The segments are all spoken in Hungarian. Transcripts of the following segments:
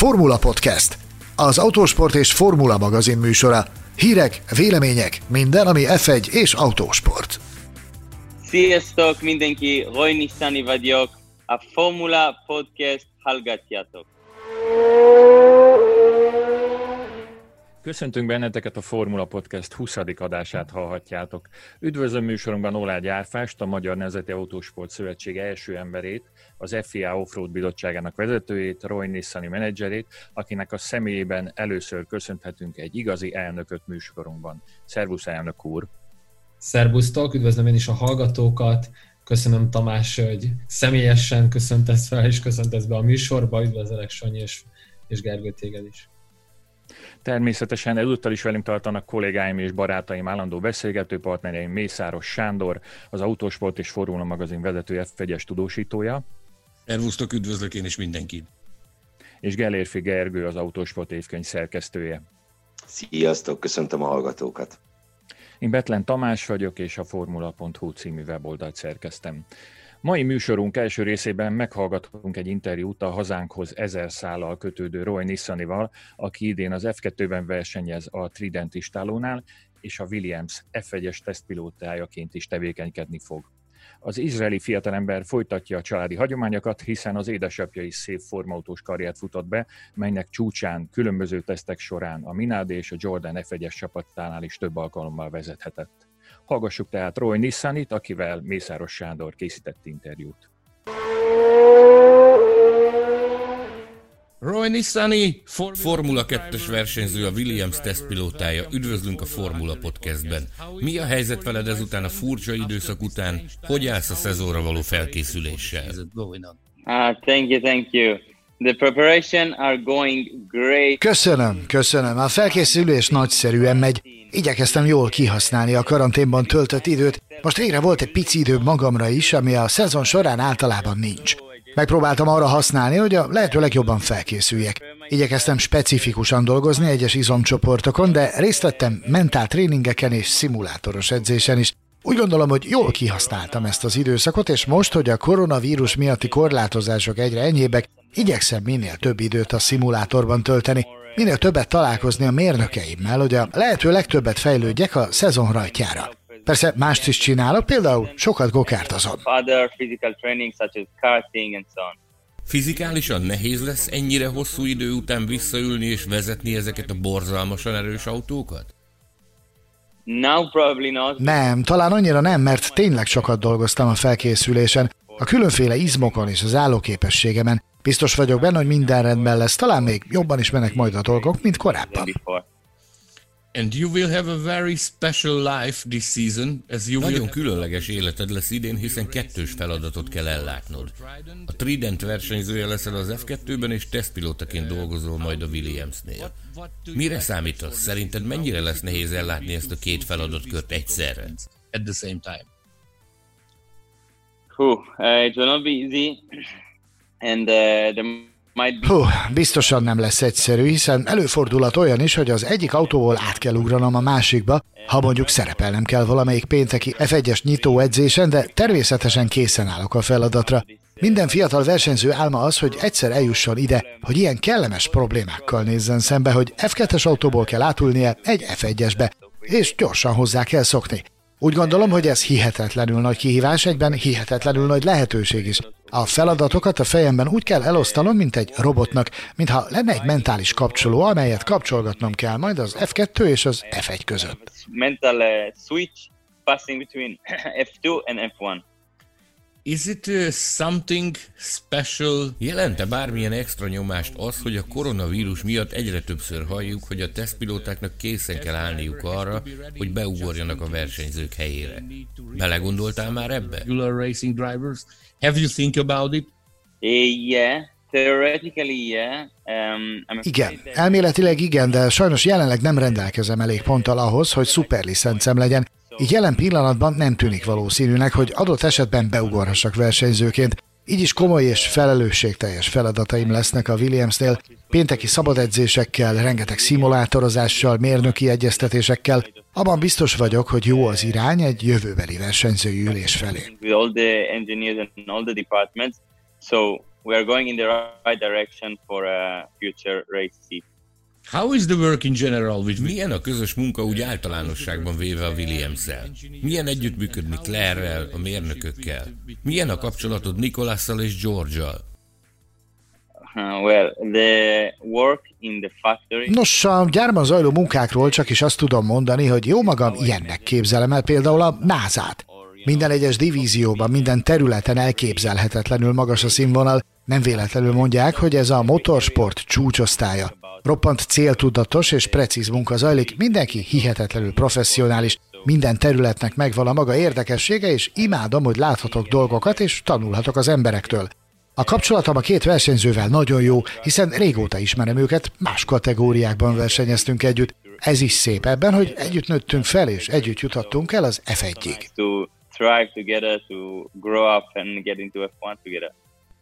Formula Podcast, az autósport és formula magazin műsora. Hírek, vélemények, minden, ami F1 és autósport. Sziasztok mindenki, Roy Nissany vagyok, a Formula Podcast hallgatjátok. Köszöntünk benneteket, a Formula Podcast 20. adását hallhatjátok. Üdvözlöm műsorunkban Olágy Árpást, a Magyar Nemzeti Autósport Szövetség első emberét, az FIA Offroad Bizottságának vezetőjét, Roy Nissany menedzserét, akinek a személyében először köszönhetünk egy igazi elnököt műsorunkban. Szervusz, elnök úr! Szervusztok, üdvözlöm én is a hallgatókat, köszönöm Tamás, hogy személyesen köszöntesz fel és köszöntesz be a műsorba, üdvözlök Sanyi és Gergő téged is. Természetesen ezúttal is velünk tartanak kollégáim és barátaim, állandó beszélgetőpartnereim, Mészáros Sándor, az Autósport és Formula magazin vezető F1-es tudósítója. Szervusztok, üdvözlök én is mindenkit. És Gellérfi Gergő, az Autósport évkönyv szerkesztője. Sziasztok, köszöntöm a hallgatókat. Én Betlen Tamás vagyok, és a Formula.hu című weboldalt szerkeztem. Mai műsorunk első részében meghallgatunk egy interjút a hazánkhoz 1000 szállal kötődő Roy Nissanyval, aki idén az F2-ben versenyez a Trident istálónál, és a Williams F1-es tesztpilótájaként is tevékenykedni fog. Az izraeli fiatalember folytatja a családi hagyományokat, hiszen az édesapja is szép formautós karriert futott be, melynek csúcsán különböző tesztek során a Minardi és a Jordan F1-es csapatánál is több alkalommal vezethetett. Hallgassuk tehát Roy Nissanyt, akivel Mészáros Sándor készített interjút. Roy Nissany, Formula 2-es versenyző, a Williams tesztpilótája. Üdvözlünk a Formula Podcastben. Mi a helyzet veled ezután, a furcsa időszak után? Hogy állsz a szezonra való felkészüléssel? Thank you. The preparation are going great. Köszönöm. A felkészülés nagyszerűen megy. Igyekeztem jól kihasználni a karanténban töltött időt. Most végre volt egy pici idő magamra is, ami a szezon során általában nincs. Megpróbáltam arra használni, hogy a lehető legjobban felkészüljek. Igyekeztem specifikusan dolgozni egyes izomcsoportokon, de részt vettem mentál tréningeken és szimulátoros edzésen is. Úgy gondolom, hogy jól kihasználtam ezt az időszakot, és most, hogy a koronavírus miatti korlátozások egyre enyhébbek, igyekszem minél több időt a szimulátorban tölteni, minél többet találkozni a mérnökeimmel, hogy a lehető legtöbbet fejlődjek a szezon rajtjára. Persze mást is csinálok, például sokat gokártozom. Fizikálisan nehéz lesz ennyire hosszú idő után visszaülni és vezetni ezeket a borzalmasan erős autókat? Nem, talán annyira nem, mert tényleg sokat dolgoztam a felkészülésen, a különféle izmokon és az állóképességemen. Biztos vagyok benne, hogy minden rendben lesz, talán még jobban is mennek majd a dolgok, mint korábban. And you will have a very special life this season, as you Nagyon különleges életed lesz idén, hiszen kettős feladatot kell ellátnod. A Trident versenyzője leszel az F2-ben, és tesztpilótaként dolgozol majd a Williamsnél. Mire számítasz? Szerinted mennyire lesz nehéz ellátni ezt a két feladatkört egyszerre? At the same time. It will not be easy, and biztosan nem lesz egyszerű, hiszen előfordulhat olyan is, hogy az egyik autóból át kell ugranom a másikba, ha mondjuk szerepelnem kell valamelyik pénteki F1-es nyitó edzésen, de természetesen készen állok a feladatra. Minden fiatal versenyző álma az, hogy egyszer eljusson ide, hogy ilyen kellemes problémákkal nézzen szembe, hogy F2-es autóból kell átülnie egy F1-esbe, és gyorsan hozzá kell szokni. Úgy gondolom, hogy ez hihetetlenül nagy kihívás, egyben hihetetlenül nagy lehetőség is. A feladatokat a fejemben úgy kell elosztanom, mint egy robotnak, mintha lenne egy mentális kapcsoló, amelyet kapcsolgatnom kell majd az F2 és az F1 között. Mental switch passing between F2 and F1. Is it something special? Jelente bármilyen extra nyomást az, hogy a koronavírus miatt egyre többször halljuk, hogy a tesztpilótáknak készen kell állniuk arra, hogy beugorjanak a versenyzők helyére. Belegondoltál már ebbe? Racing drivers, have you think about it? Yeah. Theoretically, yeah. Igen, elméletileg igen, de sajnos jelenleg nem rendelkezem elég ponttal ahhoz, hogy szuperlicencem legyen. Így jelen pillanatban nem tűnik valószínűnek, hogy adott esetben beugorhassak versenyzőként. Így is komoly és felelősségteljes feladataim lesznek a Williamsnél, pénteki szabadedzésekkel, rengeteg szimulátorozással, mérnöki egyeztetésekkel. Abban biztos vagyok, hogy jó az irány egy jövőbeli versenyzői ülés felé. we are going in the right direction for a future race seat. How is the work in general with... Milyen a közös munka úgy általánosságban véve a Williams-szel? Milyen együttműködni Claire-rel, a mérnökökkel? Milyen a kapcsolatod Nicolasszal és George-al? Well, the work in the factory... Nos, a gyárban zajló munkákról csak is azt tudom mondani, hogy jó magam ilyennek képzelem el például a NASA-t. Minden egyes divízióban, minden területen elképzelhetetlenül magas a színvonal. Nem véletlenül mondják, hogy ez a motorsport csúcsosztálya. Roppant céltudatos és precíz munka zajlik, mindenki hihetetlenül professzionális, minden területnek megvan a maga érdekessége, és imádom, hogy láthatok dolgokat és tanulhatok az emberektől. A kapcsolatom a két versenyzővel nagyon jó, hiszen régóta ismerem őket, más kategóriákban versenyeztünk együtt. Ez is szép ebben, hogy együtt nőttünk fel és együtt jutottunk el az F1-ig. To thrive together, to grow up and get into F1 together.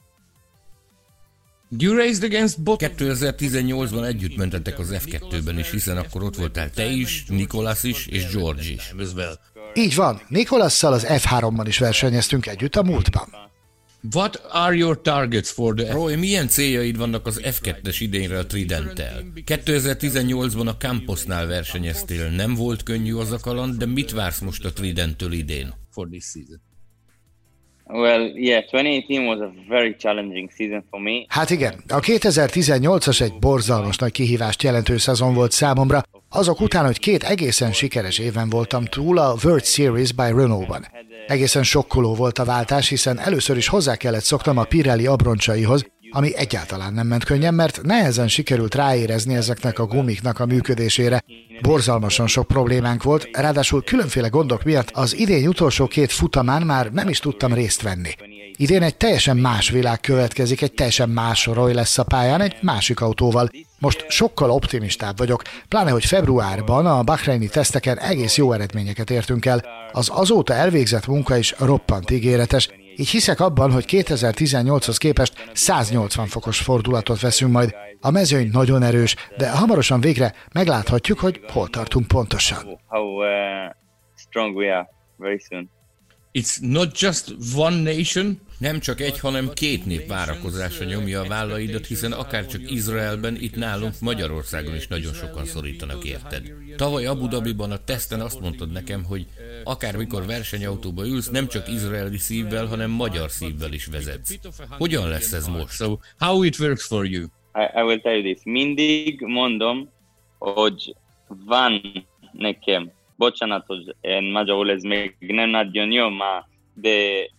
You raced against both. 2018-ban együtt mentetek az F2-ben is, hiszen akkor ott voltál te is, Nicolas is és George is. Így van, Nicolasszal az F3-ban is versenyeztünk együtt a múltban. What are your targets for the... Roy, milyen céljaid vannak az F2-es idényre a Tridenttel? 2018-ban a Camposnál versenyeztél, nem volt könnyű az a kaland, de mit vársz most a Tridenttől idén? For this season. Well, yeah, 2018 was a very challenging season for me. Hát igen, a 2018-as egy borzalmas nagy kihívást jelentő szezon volt számomra, azok után, hogy két egészen sikeres éven voltam túl a World Series by Renault-ban. Egészen sokkoló volt a váltás, hiszen először is hozzá kellett szoknom a Pirelli abroncsaihoz, ami egyáltalán nem ment könnyen, mert nehezen sikerült ráérezni ezeknek a gumiknak a működésére. Borzalmasan sok problémánk volt, ráadásul különféle gondok miatt az idény utolsó két futamán már nem is tudtam részt venni. Idén egy teljesen más világ következik, egy teljesen más Roy lesz a pályán, egy másik autóval. Most sokkal optimistább vagyok, pláne hogy februárban a bahreini teszteken egész jó eredményeket értünk el. Az azóta elvégzett munka is roppant ígéretes, így hiszek abban, hogy 2018-hoz képest 180 fokos fordulatot veszünk majd. A mezőny nagyon erős, de hamarosan végre megláthatjuk, hogy hol tartunk pontosan. How strong we are very soon. It's not just one nation. Nem csak egy, hanem két nép várakozása nyomja a vállaidat, hiszen akárcsak Izraelben, itt nálunk Magyarországon is nagyon sokan szorítanak érted. Tavaly Abu Dhabiban a teszten azt mondtad nekem, hogy akármikor versenyautóba ülsz, nem csak izraeli szívvel, hanem magyar szívvel is vezetsz. Hogyan lesz ez most? So, how it works for you? I will tell you this. Mindig mondom, hogy van nekem, bocsánatot, én magyarul ez még nem nagyon jó, de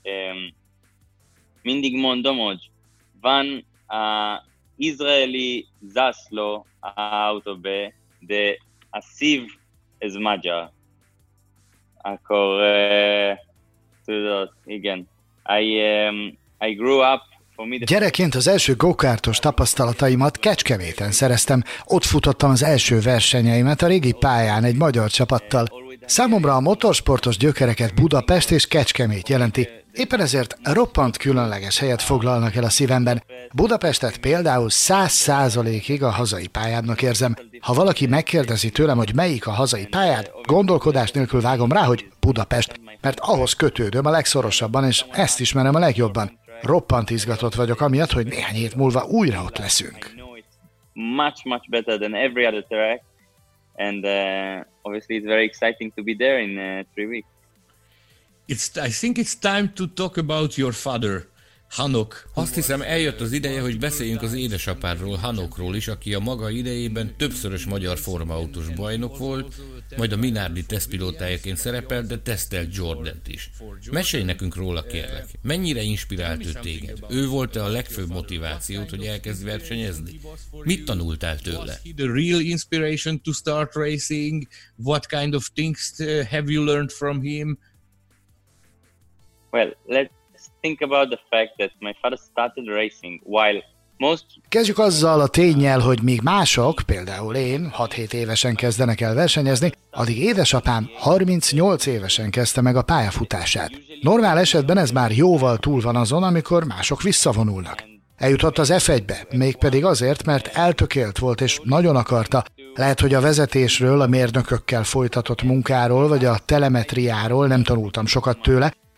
mindig mondom, hogy van izraeli zászló autóba, de a szív ez magyar. Akkor tudod, igen. I grew up. Gyerekként az első go-kartos tapasztalataimat Kecskeméten szereztem, ott futottam az első versenyeimet a régi pályán egy magyar csapattal. Számomra a motorsportos gyökereket Budapest és Kecskemét jelenti, éppen ezért roppant különleges helyet foglalnak el a szívemben. Budapestet például 100%-ig a hazai pályádnak érzem. Ha valaki megkérdezi tőlem, hogy melyik a hazai pályád, gondolkodás nélkül vágom rá, hogy Budapest, mert ahhoz kötődöm a legszorosabban, és ezt ismerem a legjobban. Roppant izgatott vagyok amiatt, hogy néhány hét múlva újra ott leszünk. Much better than every other track, and obviously it's very exciting to be there in 3 weeks. I think it's time to talk about your father, Hanok. Azt hiszem, eljött az ideje, hogy beszéljünk az édesapádról, Hanokról is, aki a maga idejében többszörös magyar formaautós bajnok volt, majd a Minardi tesztpilótájaként szerepelt, de tesztelt Jordant is. Mesélj nekünk róla, kérlek. Mennyire inspirált ő téged? Ő volt-e a legfőbb motivációt, hogy elkezd versenyezni? Mit tanultál tőle? The real inspiration to start racing? What kind of things have you learned from him? Well, let's think about the fact that my father started racing while most... Kezdjük azzal a ténnyel, hogy míg mások, például én, 6-7 évesen kezdenek el versenyezni, addig édesapám 38 évesen kezdte meg a pályafutását. Normál esetben ez már jóval túl van azon, amikor mások visszavonulnak. Eljutott az F1-be, mégpedig azért, mert eltökélt volt és nagyon akarta. Lehet, hogy a vezetésről, a mérnökökkel folytatott munkáról, vagy a telemetriáról nem tanultam sokat tőle,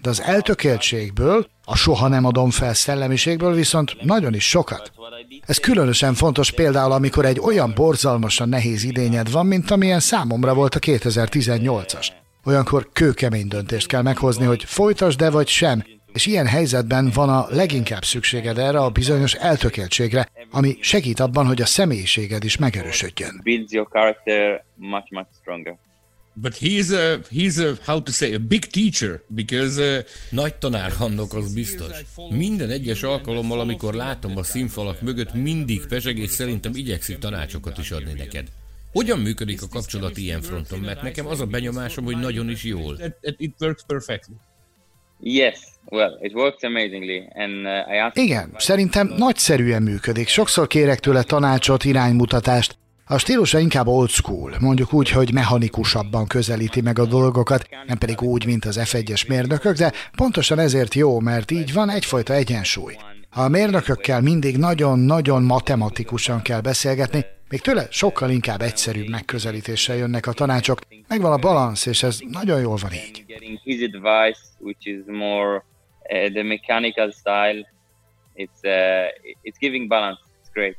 de az eltökéltségből, a soha nem adom fel szellemiségből viszont nagyon is sokat. Ez különösen fontos például, amikor egy olyan borzalmasan nehéz idényed van, mint amilyen számomra volt a 2018-as. Olyankor kőkemény döntést kell meghozni, hogy folytasd-e vagy sem, és ilyen helyzetben van a leginkább szükséged erre a bizonyos eltökéltségre, ami segít abban, hogy a személyiséged is megerősödjön. Builds your character much stronger. But he's a how to say, a big teacher, because nagy tanárhandok, az biztos. Minden egyes alkalommal, amikor látom a színfalak mögött, mindig peseg, és szerintem igyekszik tanácsokat is adni neked. Hogyan működik a kapcsolat ilyen fronton? Mert nekem az a benyomásom, hogy nagyon is jól. It works perfectly. Yes, well, it works amazingly, and I asked... Igen, szerintem nagyszerűen működik. Sokszor kérek tőle tanácsot, iránymutatást. A stílusa inkább old school, mondjuk úgy, hogy mechanikusabban közelíti meg a dolgokat, nem pedig úgy, mint az F1-es mérnökök, de pontosan ezért jó, mert így van egyfajta egyensúly. Ha a mérnökökkel mindig nagyon-nagyon matematikusan kell beszélgetni, még tőle sokkal inkább egyszerűbb megközelítéssel jönnek a tanácsok, megvan a balansz, és ez nagyon jól van így. His advice, which is more the mechanical style, it's giving balance. It's great.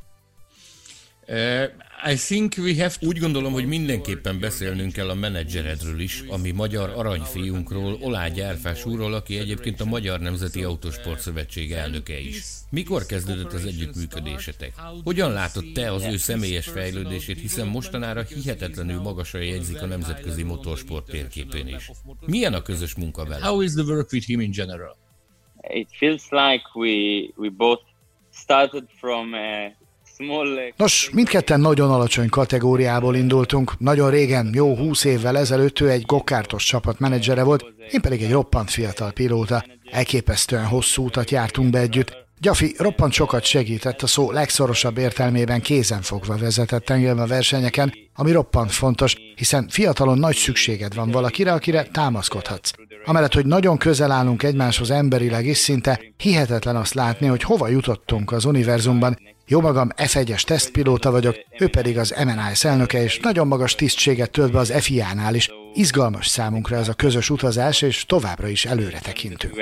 I think we have... Úgy gondolom, hogy mindenképpen beszélnünk kell a menedzseredről is, ami magyar aranyfiunkról, Olágy Árpás úrról, aki egyébként a Magyar Nemzeti Autósport Szövetség elnöke is. Mikor kezdődött az együttműködésetek? Hogyan látod te az ő személyes fejlődését, hiszen mostanára hihetetlenül magasra jegyzik a nemzetközi motorsport térképén is. Milyen a közös munka vele? How is the work with him in general? It feels like we both started from Nos, mindketten nagyon alacsony kategóriából indultunk. Nagyon régen, jó 20 évvel ezelőtt ő egy gokártos csapat menedzsere volt, én pedig egy roppant fiatal pilóta. Elképesztően hosszú utat jártunk be együtt. Gyafi roppant sokat segített, a szó legszorosabb értelmében kézenfogva vezetett engem a versenyeken, ami roppant fontos, hiszen fiatalon nagy szükséged van valakire, akire támaszkodhatsz. Amellett, hogy nagyon közel állunk egymáshoz emberileg is, szinte hihetetlen azt látni, hogy hova jutottunk az univerzumban. Jó magam F1-es tesztpilóta vagyok, ő pedig az MNIS elnöke, és nagyon magas tisztséget tölt be az FIA-nál is. Izgalmas számunkra ez a közös utazás, és továbbra is előre tekintünk.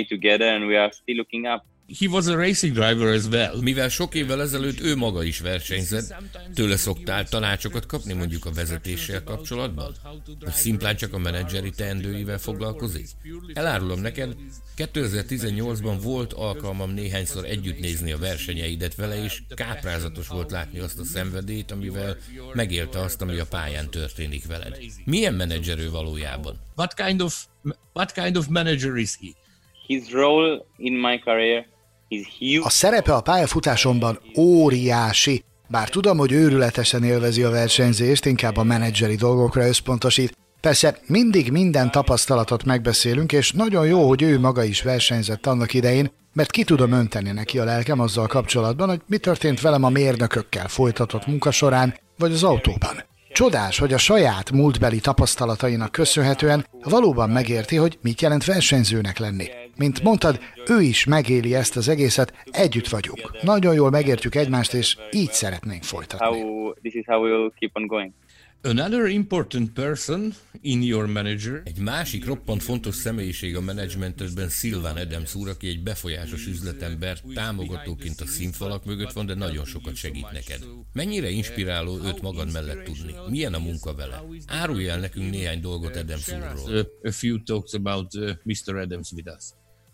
He was a racing driver as well. Mivel sok évvel ezelőtt ő maga is versenyzett, tőle szoktál tanácsokat kapni mondjuk a vezetéssel kapcsolatban? Vagy szimplán csak a menedzseri teendőivel foglalkozik? Elárulom neked, 2018-ban volt alkalmam néhányszor együtt nézni a versenyeidet vele, és káprázatos volt látni azt a szenvedélyt, amivel megélte azt, ami a pályán történik veled. Milyen menedzser ő valójában? What kind of manager is he? His role in my career is huge. A szerepe a pályafutásomban óriási, bár tudom, hogy őrületesen élvezi a versenyzést, inkább a menedzseri dolgokra összpontosít. Persze mindig minden tapasztalatot megbeszélünk, és nagyon jó, hogy ő maga is versenyzett annak idején, mert ki tudom önteni neki a lelkem azzal kapcsolatban, hogy mi történt velem a mérnökökkel folytatott munka során, vagy az autóban. Csodás, hogy a saját múltbeli tapasztalatainak köszönhetően valóban megérti, hogy mit jelent versenyzőnek lenni. Mint mondtad, ő is megéli ezt az egészet, együtt vagyunk. Nagyon jól megértjük egymást, és így szeretnénk folytatni. This is how we will keep on going. Another important person in your manager. Egy másik roppant fontos személyiség a menedzsmentedben Sylvan Adams úr, aki egy befolyásos üzletember, támogatóként a színfalak mögött van, de nagyon sokat segít neked. Mennyire inspiráló őt magad mellett tudni? Milyen a munka vele? Árulj el nekünk néhány dolgot Adams úrról. A few talks about Mr. Adams with us.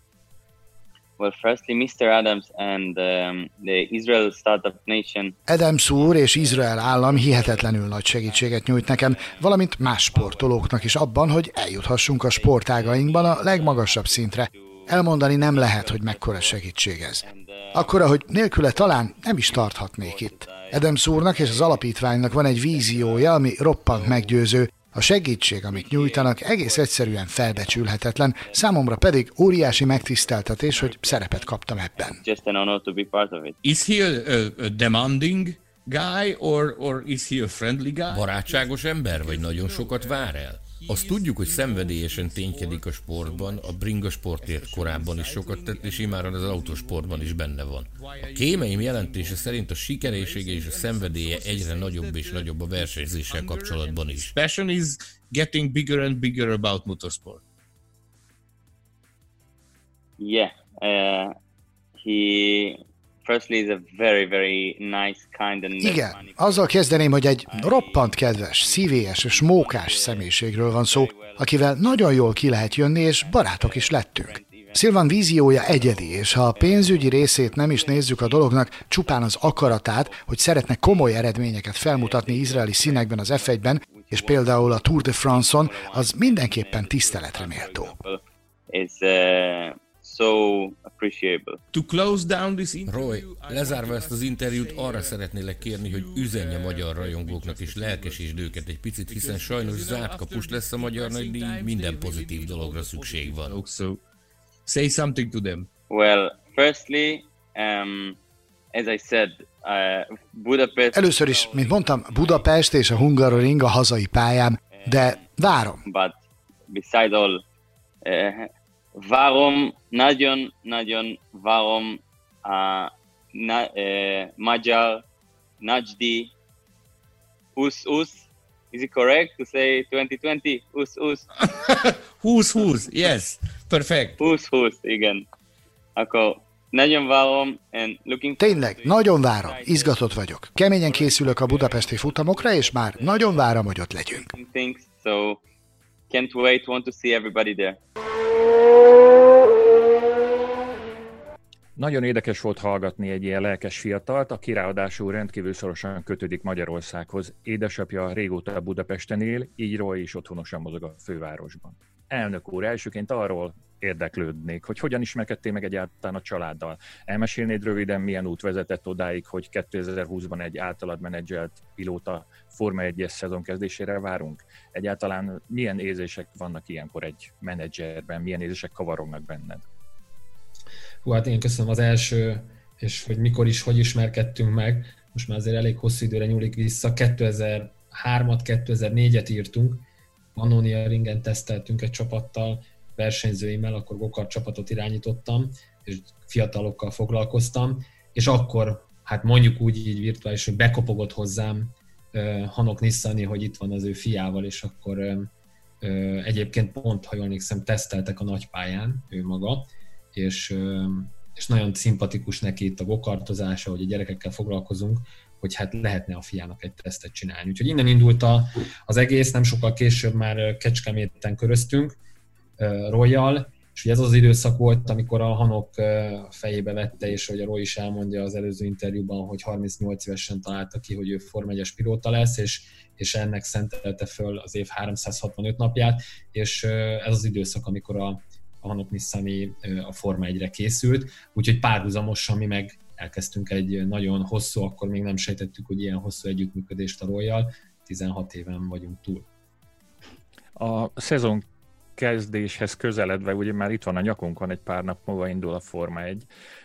Well, firstly, Mr. Adams and the Israel Startup Nation. Adams úr és Izrael állam hihetetlenül nagy segítséget nyújt nekem, valamint más sportolóknak is abban, hogy eljuthassunk a sportágainkban a legmagasabb szintre. Elmondani nem lehet, hogy mekkora segítség ez. Akkora, hogy nélküle talán nem is tarthatnék itt. Adams úrnak és az alapítványnak van egy víziója, ami roppant meggyőző. A segítség, amit nyújtanak, egész egyszerűen felbecsülhetetlen, számomra pedig óriási megtiszteltetés, hogy szerepet kaptam ebben. Just an honor to be part of it. Is he a demanding guy, or is he a friendly guy? Barátságos ember, vagy nagyon sokat vár el? Azt tudjuk, hogy szenvedélyesen ténykedik a sportban, a bringa sportért korábban is sokat tett, és imáron az autósportban is benne van. A kémeim jelentése szerint a sikeressége és a szenvedélye egyre nagyobb és nagyobb a versenyzéssel kapcsolatban is. Passion is getting bigger and bigger about motorsport. Yeah, he firstly is a very, very nice, kind and Igen, azzal kezdeném, hogy egy roppant kedves, szívélyes és mókás személyiségről van szó, akivel nagyon jól ki lehet jönni, és barátok is lettünk. Silvan víziója egyedi, és ha a pénzügyi részét nem is nézzük a dolognak, csupán az akaratát, hogy szeretne komoly eredményeket felmutatni izraeli színekben az F1-ben, és például a Tour de France-on, az mindenképpen tiszteletre méltó. Roy, lezárva ezt az interjút, arra szeretnélek kérni, hogy üzenje magyar rajongóknak és lelkesítsd őket egy picit, hiszen sajnos zárt kapus lesz a magyar nagydíj, minden pozitív dologra szükség van. Say something to them. Well, firstly, as I said, Budapest... Először is, mint mondtam, Budapest és a Hungaroring a hazai pályám, de várom. But beside all, várom, nagyon várom a magyar nagydíj, us. Is it correct to say 2020? Who's? Yes, perfect. Who's, igen. Akkor nagyon várom, and looking... Tényleg, nagyon várom, izgatott vagyok. Keményen készülök a budapesti futamokra, és már nagyon várom, hogy ott legyünk. So, can't wait, want to see everybody there. Nagyon érdekes volt hallgatni egy ilyen lelkes fiatalt, aki ráadásul rendkívül szorosan kötődik Magyarországhoz. Édesapja régóta Budapesten él, így Roy is otthonosan mozog a fővárosban. Elnök úr, elsőként arról érdeklődnék, hogy hogyan ismerkedtél meg egyáltalán a családdal. Elmesélnéd röviden, milyen út vezetett odáig, hogy 2020-ban egy általad menedzselt pilóta Forma 1-es szezon kezdésére várunk? Egyáltalán milyen érzések vannak ilyenkor egy menedzserben, milyen érzések kavarognak benned? Hú, hát én köszönöm az első, és hogy mikor is, hogy ismerkedtünk meg. Most már azért elég hosszú időre nyúlik vissza. 2003-at, 2004-et írtunk. Pannonia Ringen teszteltünk egy csapattal, versenyzőimmel, akkor gokart csapatot irányítottam, és fiatalokkal foglalkoztam, és akkor, hát mondjuk úgy így virtuális, hogy bekopogott hozzám Hanok Nisszani, hogy itt van az ő fiával, és akkor egyébként pont, ha jól emlékszem, teszteltek a nagypályán, ő maga, és nagyon szimpatikus neki itt a gokartozása, hogy a gyerekekkel foglalkozunk, hogy hát lehetne a fiának egy tesztet csinálni. Úgyhogy innen indult az egész, nem sokkal később már Kecskeméten köröztünk Royal, és ugye ez az időszak volt, amikor a Hanok fejébe vette, és hogy a Roy is elmondja az előző interjúban, hogy 38 évesen találta ki, hogy ő Forma 1-es pilóta lesz, és ennek szentelte föl az év 365 napját, és ez az időszak, amikor a Hanok Nisszani a Forma 1-re készült, úgyhogy párhuzamosan mi meg elkezdtünk egy nagyon hosszú, akkor még nem sejtettük, hogy ilyen hosszú együttműködést a Royal, 16 éven vagyunk túl. A szezon kezdéshez közeledve, ugye már itt van a nyakunkon, egy pár nap múlva indul a Forma 1.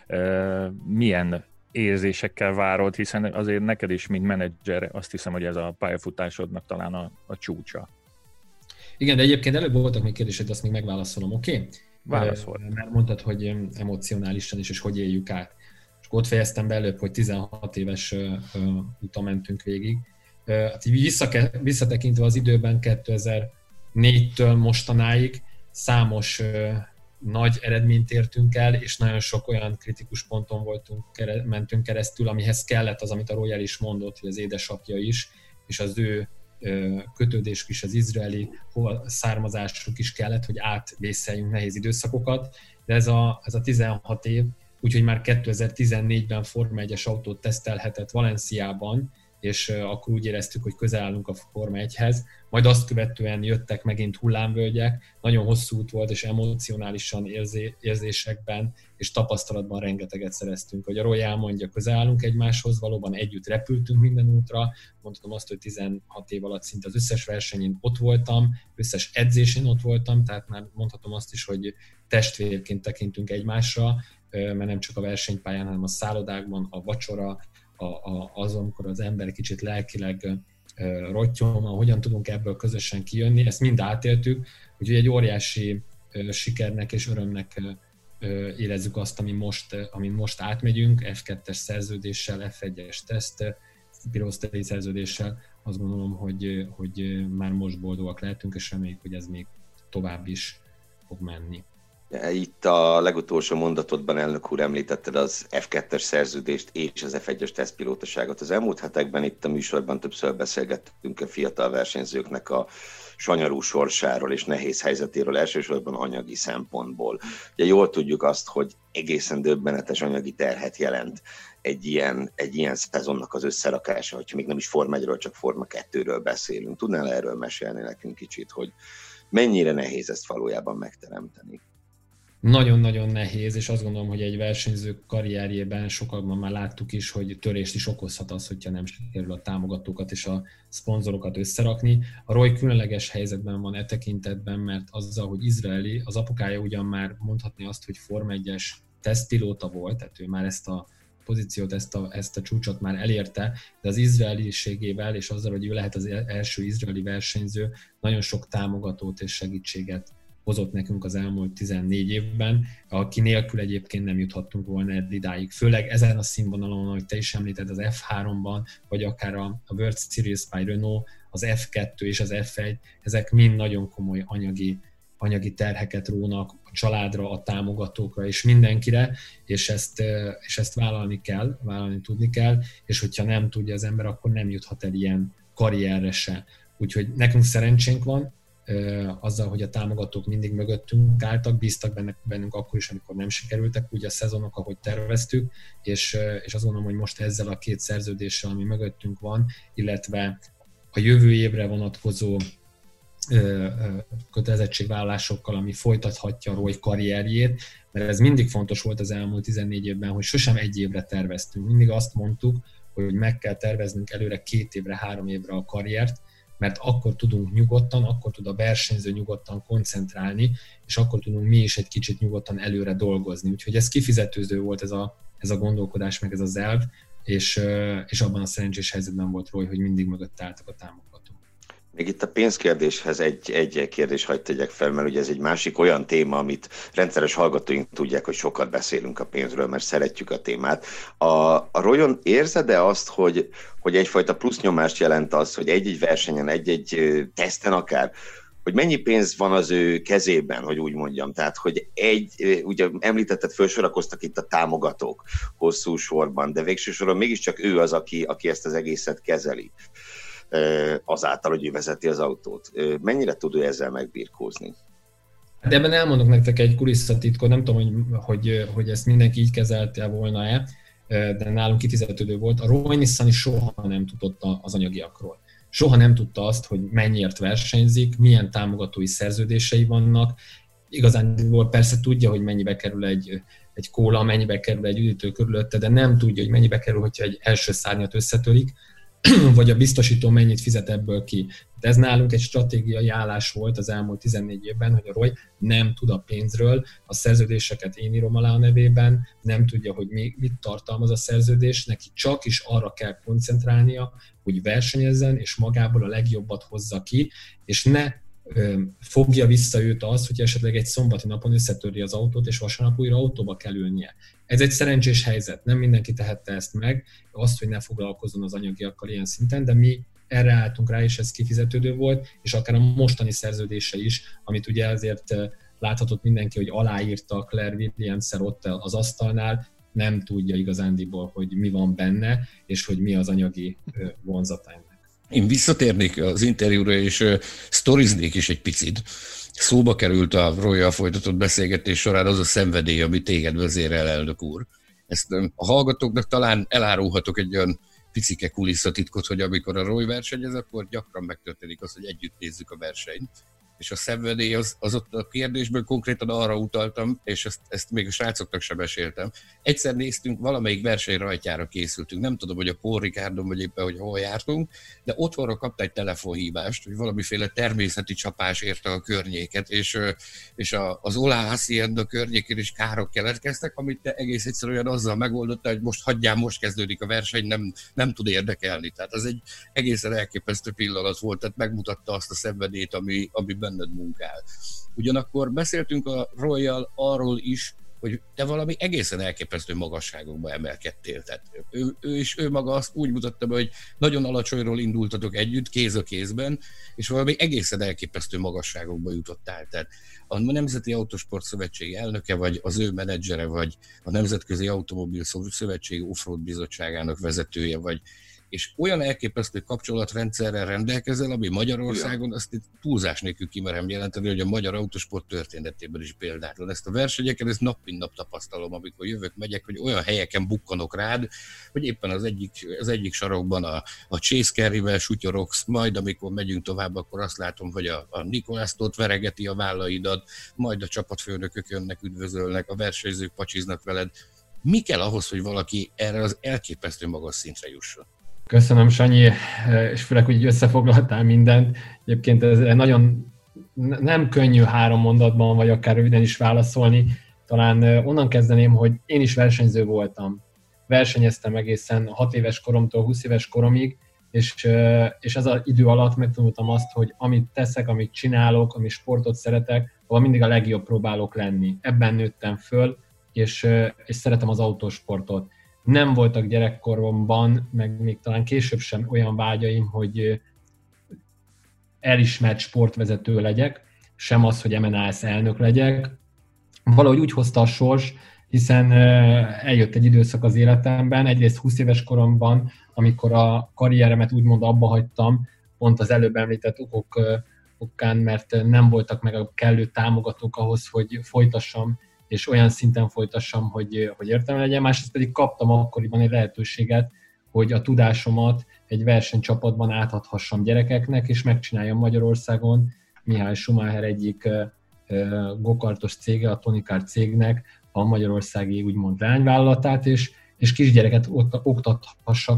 Milyen érzésekkel várod, hiszen azért neked is, mint menedzser, azt hiszem, hogy ez a pályafutásodnak talán a csúcsa. Igen, de egyébként előbb voltak még kérdésed, azt még megválaszolom, oké? Válaszol. Mert mondtad, hogy emocionálisan is, és hogy éljük át. És ott fejeztem be előbb, hogy 16 éves úton mentünk végig. Hát visszatekintve az időben 2004-től mostanáig számos nagy eredményt értünk el, és nagyon sok olyan kritikus ponton mentünk keresztül, amihez kellett az, amit a Royal is mondott, hogy az édesapja is, és az ő kötődésük is, az izraeli származásuk is kellett, hogy átvészeljünk nehéz időszakokat, de ez a 16 év, úgyhogy már 2014-ben Forma 1-es autót tesztelhetett Valenciában, és akkor úgy éreztük, hogy közel állunk a Forma 1-hez, majd azt követően jöttek megint hullámvölgyek, nagyon hosszú út volt, és emocionálisan érzésekben és tapasztalatban rengeteget szereztünk. Hogy a Royal mondja, közel állunk egymáshoz, valóban együtt repültünk minden útra, mondhatom azt, hogy 16 év alatt szinte az összes versenyen ott voltam, összes edzésén ott voltam, tehát már mondhatom azt is, hogy testvérként tekintünk egymásra, mert nem csak a versenypályán, hanem a szállodákban, a vacsora, az, amikor az ember kicsit lelkileg rottyom, hogyan tudunk ebből közösen kijönni, ezt mind átéltük, úgyhogy egy óriási sikernek és örömnek érezzük azt, amin most átmegyünk, F2-es szerződéssel, F1-es teszt, pilotai szerződéssel, azt gondolom, hogy már most boldogak lehetünk, és reméljük, hogy ez még tovább is fog menni. Itt a legutolsó mondatodban, elnök úr, említetted az F2-es szerződést és az F1-es tesztpilótaságot. Az elmúlt hetekben itt a műsorban többször beszélgettünk a fiatal versenyzőknek a sanyarú sorsáról és nehéz helyzetéről, elsősorban anyagi szempontból. Ugye jól tudjuk azt, hogy egészen döbbenetes anyagi terhet jelent egy ilyen szezonnak az összerakása, hogyha még nem is Forma 1-ről, csak Forma 2-ről beszélünk. Tudnál erről mesélni nekünk kicsit, hogy mennyire nehéz ezt valójában megteremteni? Nagyon-nagyon nehéz, és azt gondolom, hogy egy versenyző karrierjében sokakban már láttuk is, hogy törést is okozhat az, hogyha nem sikerül a támogatókat és a szponzorokat összerakni. A Roy különleges helyzetben van e tekintetben, mert azzal, hogy izraeli, az apukája ugyan már mondhatni azt, hogy Forma 1-es tesztpilóta volt, tehát ő már ezt a pozíciót, ezt a csúcsot már elérte, de az izraeliségével és azzal, hogy ő lehet az első izraeli versenyző, nagyon sok támogatót és segítséget hozott nekünk az elmúlt 14 évben, aki nélkül egyébként nem juthattunk volna idáig. Főleg ezen a színvonalon, ahogy te is említed, az F3-ban, vagy akár a World Series by Renault, az F2 és az F1, ezek mind nagyon komoly anyagi terheket rónak a családra, a támogatókra és mindenkire, és ezt vállalni tudni kell, és hogyha nem tudja az ember, akkor nem juthat el ilyen karrierre se. Úgyhogy nekünk szerencsénk van, azzal, hogy a támogatók mindig mögöttünk álltak, bíztak bennünk akkor is, amikor nem sikerültek úgy a szezonok, ahogy terveztük, és azt gondolom, hogy most ezzel a 2 szerződéssel, ami mögöttünk van, illetve a jövő évre vonatkozó kötelezettségvállalásokkal, ami folytathatja a Roy karrierjét, mert ez mindig fontos volt az elmúlt 14 évben, hogy sosem egy évre terveztünk. Mindig azt mondtuk, hogy meg kell terveznünk előre 2 évre, 3 évre a karriert, mert akkor tudunk nyugodtan, akkor tud a versenyző nyugodtan koncentrálni, és akkor tudunk mi is egy kicsit nyugodtan előre dolgozni. Úgyhogy ez kifizetőző volt ez a gondolkodás, meg ez az elv, és abban a szerencsés helyzetben volt Roy, hogy mindig mögött álltak a támogatók. Még itt a pénzkérdéshez egy kérdés hadd tegyek fel, mert ugye ez egy másik olyan téma, amit rendszeres hallgatóink tudják, hogy sokat beszélünk a pénzről, mert szeretjük a témát. A Royon érzed-e azt, hogy egyfajta plusz nyomást jelent az, hogy egy-egy versenyen, egy-egy teszten akár, hogy mennyi pénz van az ő kezében, hogy úgy mondjam. Tehát, hogy ugye említetted, felsorakoztak itt a támogatók hosszú sorban, de végső soron mégiscsak ő az, aki ezt az egészet kezeli, azáltal, hogy ő vezeti az autót. Mennyire tud ő ezzel megbirkózni? De ebben elmondok nektek egy kulisszatitkot, nem tudom, hogy ezt mindenki így kezelte volna-e, de nálunk kifizetődő volt. A Roy Nissan is soha nem tudott az anyagiakról. Soha nem tudta azt, hogy mennyiért versenyzik, milyen támogatói szerződései vannak. Igazán persze tudja, hogy mennyibe kerül egy kóla, mennyibe kerül egy üdítő körülötte, de nem tudja, hogy mennyibe kerül, hogyha egy első szárnyat összetörik, vagy a biztosító mennyit fizet ebből ki. De ez nálunk egy stratégiai állás volt az elmúlt 14 évben, hogy a Roy nem tud a pénzről, a szerződéseket én írom alá a nevében, nem tudja, hogy mit tartalmaz a szerződés, neki csak is arra kell koncentrálnia, hogy versenyezzen, és magából a legjobbat hozza ki, és ne fogja vissza őt az, hogy esetleg egy szombati napon összetörje az autót, és vasárnap újra autóba kell ülnie. Ez egy szerencsés helyzet, nem mindenki tehette ezt meg, azt, hogy ne foglalkozzon az anyagiakkal ilyen szinten, de mi erre álltunk rá, és ez kifizetődő volt, és akár a mostani szerződése is, amit ugye azért láthatott mindenki, hogy aláírta Claire Williams-szel ott az asztalnál, nem tudja igazándiból, hogy mi van benne, és hogy mi az anyagi vonzata ennek. Én visszatérnék az interjúra, és sztoriznék is egy picit. Szóba került a Royal folytatott beszélgetés során az a szenvedély, ami téged vezérel, elnök úr. Ezt a hallgatóknak talán elárulhatok egy olyan picike kulisszatitkot, hogy amikor a Roy versenyez, akkor gyakran megtörténik az, hogy együtt nézzük a versenyt. És a szenvedély az ott a kérdésből konkrétan arra utaltam, és ezt még a srácoknak sem meséltem. Egyszer néztünk, valamelyik verseny rajtjára készültünk, nem tudom, hogy a Paul Ricardon, vagy éppen, hogy hol jártunk, de otthonra kapta egy telefonhívást, hogy valamiféle természeti csapás érte a környéket, és az Ola Hacienda környékén is károk keletkeztek, amit te egész egyszerűen azzal megoldotta, hogy most kezdődik a verseny, nem tud érdekelni. Tehát ez egy egészen elképesztő pillanat volt, tehát megmutatta azt a szenvedélyt, ami benned munkál. Ugyanakkor beszéltünk a Royal arról is, hogy te valami egészen elképesztő magasságokba emelkedtél. Tehát ő maga azt úgy mutatta be, hogy nagyon alacsonyról indultatok együtt, kéz a kézben, és valami egészen elképesztő magasságokba jutottál. Tehát a Nemzeti Autósport Szövetség elnöke, vagy az ő menedzsere, vagy a Nemzetközi Automobil Szövetség Offroad Bizottságának vezetője, vagy és olyan elképesztő kapcsolatrendszerrel rendelkezel, ami Magyarországon, azt itt túlzás nélkül kimerem jelenteni, hogy a magyar autósport történetében is példátlan. Ezt a versenyeken, ezt nap mint nap tapasztalom, amikor jövök, megyek, hogy olyan helyeken bukkanok rád, hogy éppen az egyik sarokban a Chase Carey-vel sutyorogsz, majd amikor megyünk tovább, akkor azt látom, hogy a Nikolásztot veregeti a vállaidat, majd a csapatfőnökök jönnek, üdvözölnek, a versenyzők pacsiznak veled. Mi kell ahhoz, hogy valaki erre az elképesztő magas szintre jusson? Köszönöm, Sanyi, és főleg, hogy összefoglaltál mindent. Egyébként ez nagyon nem könnyű 3 mondatban, vagy akár röviden is válaszolni. Talán onnan kezdeném, hogy én is versenyző voltam. Versenyeztem egészen 6 éves koromtól 20 éves koromig, és ez az idő alatt megtanultam azt, hogy amit teszek, amit csinálok, amit sportot szeretek, ahol mindig a legjobb próbálok lenni. Ebben nőttem föl, és szeretem az autósportot. Nem voltak gyerekkoromban, meg még talán később sem olyan vágyaim, hogy elismert sportvezető legyek, sem az, hogy MNAS elnök legyek. Valahogy úgy hozta a sors, hiszen eljött egy időszak az életemben, egyrészt 20 éves koromban, amikor a karrieremet úgymond abba hagytam, pont az előbb említett okán, mert nem voltak meg a kellő támogatók ahhoz, hogy folytassam, és olyan szinten folytassam, hogy értelme legyen. Másrészt pedig kaptam akkoriban egy lehetőséget, hogy a tudásomat egy versenycsapatban átadhassam gyerekeknek, és megcsináljam Magyarországon Mihály Schumacher egyik gokartos cége, a Tony Kart cégnek a magyarországi úgymond lányvállalatát, és kisgyereket oktathassak,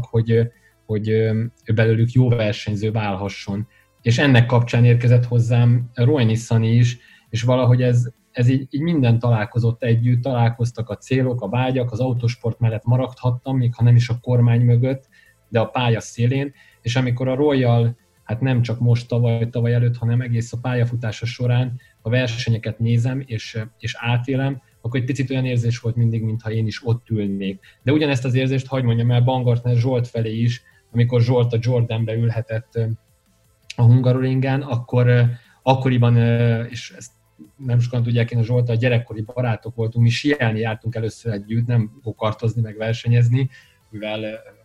hogy belőlük jó versenyző válhasson. És ennek kapcsán érkezett hozzám Roy Nissany is, és valahogy ez így minden találkozott együtt, találkoztak a célok, a vágyak, az autósport mellett maradhattam, még ha nem is a kormány mögött, de a pálya szélén, és amikor a Royal, hát nem csak most tavaly előtt, hanem egész a pályafutása során a versenyeket nézem és átélem, akkor egy picit olyan érzés volt mindig, mintha én is ott ülnék. De ugyanezt az érzést hadd mondjam el Baumgartner Zsolt felé is, amikor Zsolt a Jordanbe ülhetett a Hungaroringen, akkoriban, és ezt nem sokan tudják, én a Zsolttal gyerekkori barátok voltunk, mi síelni jártunk először együtt, nem gokartozni, meg versenyezni, mivel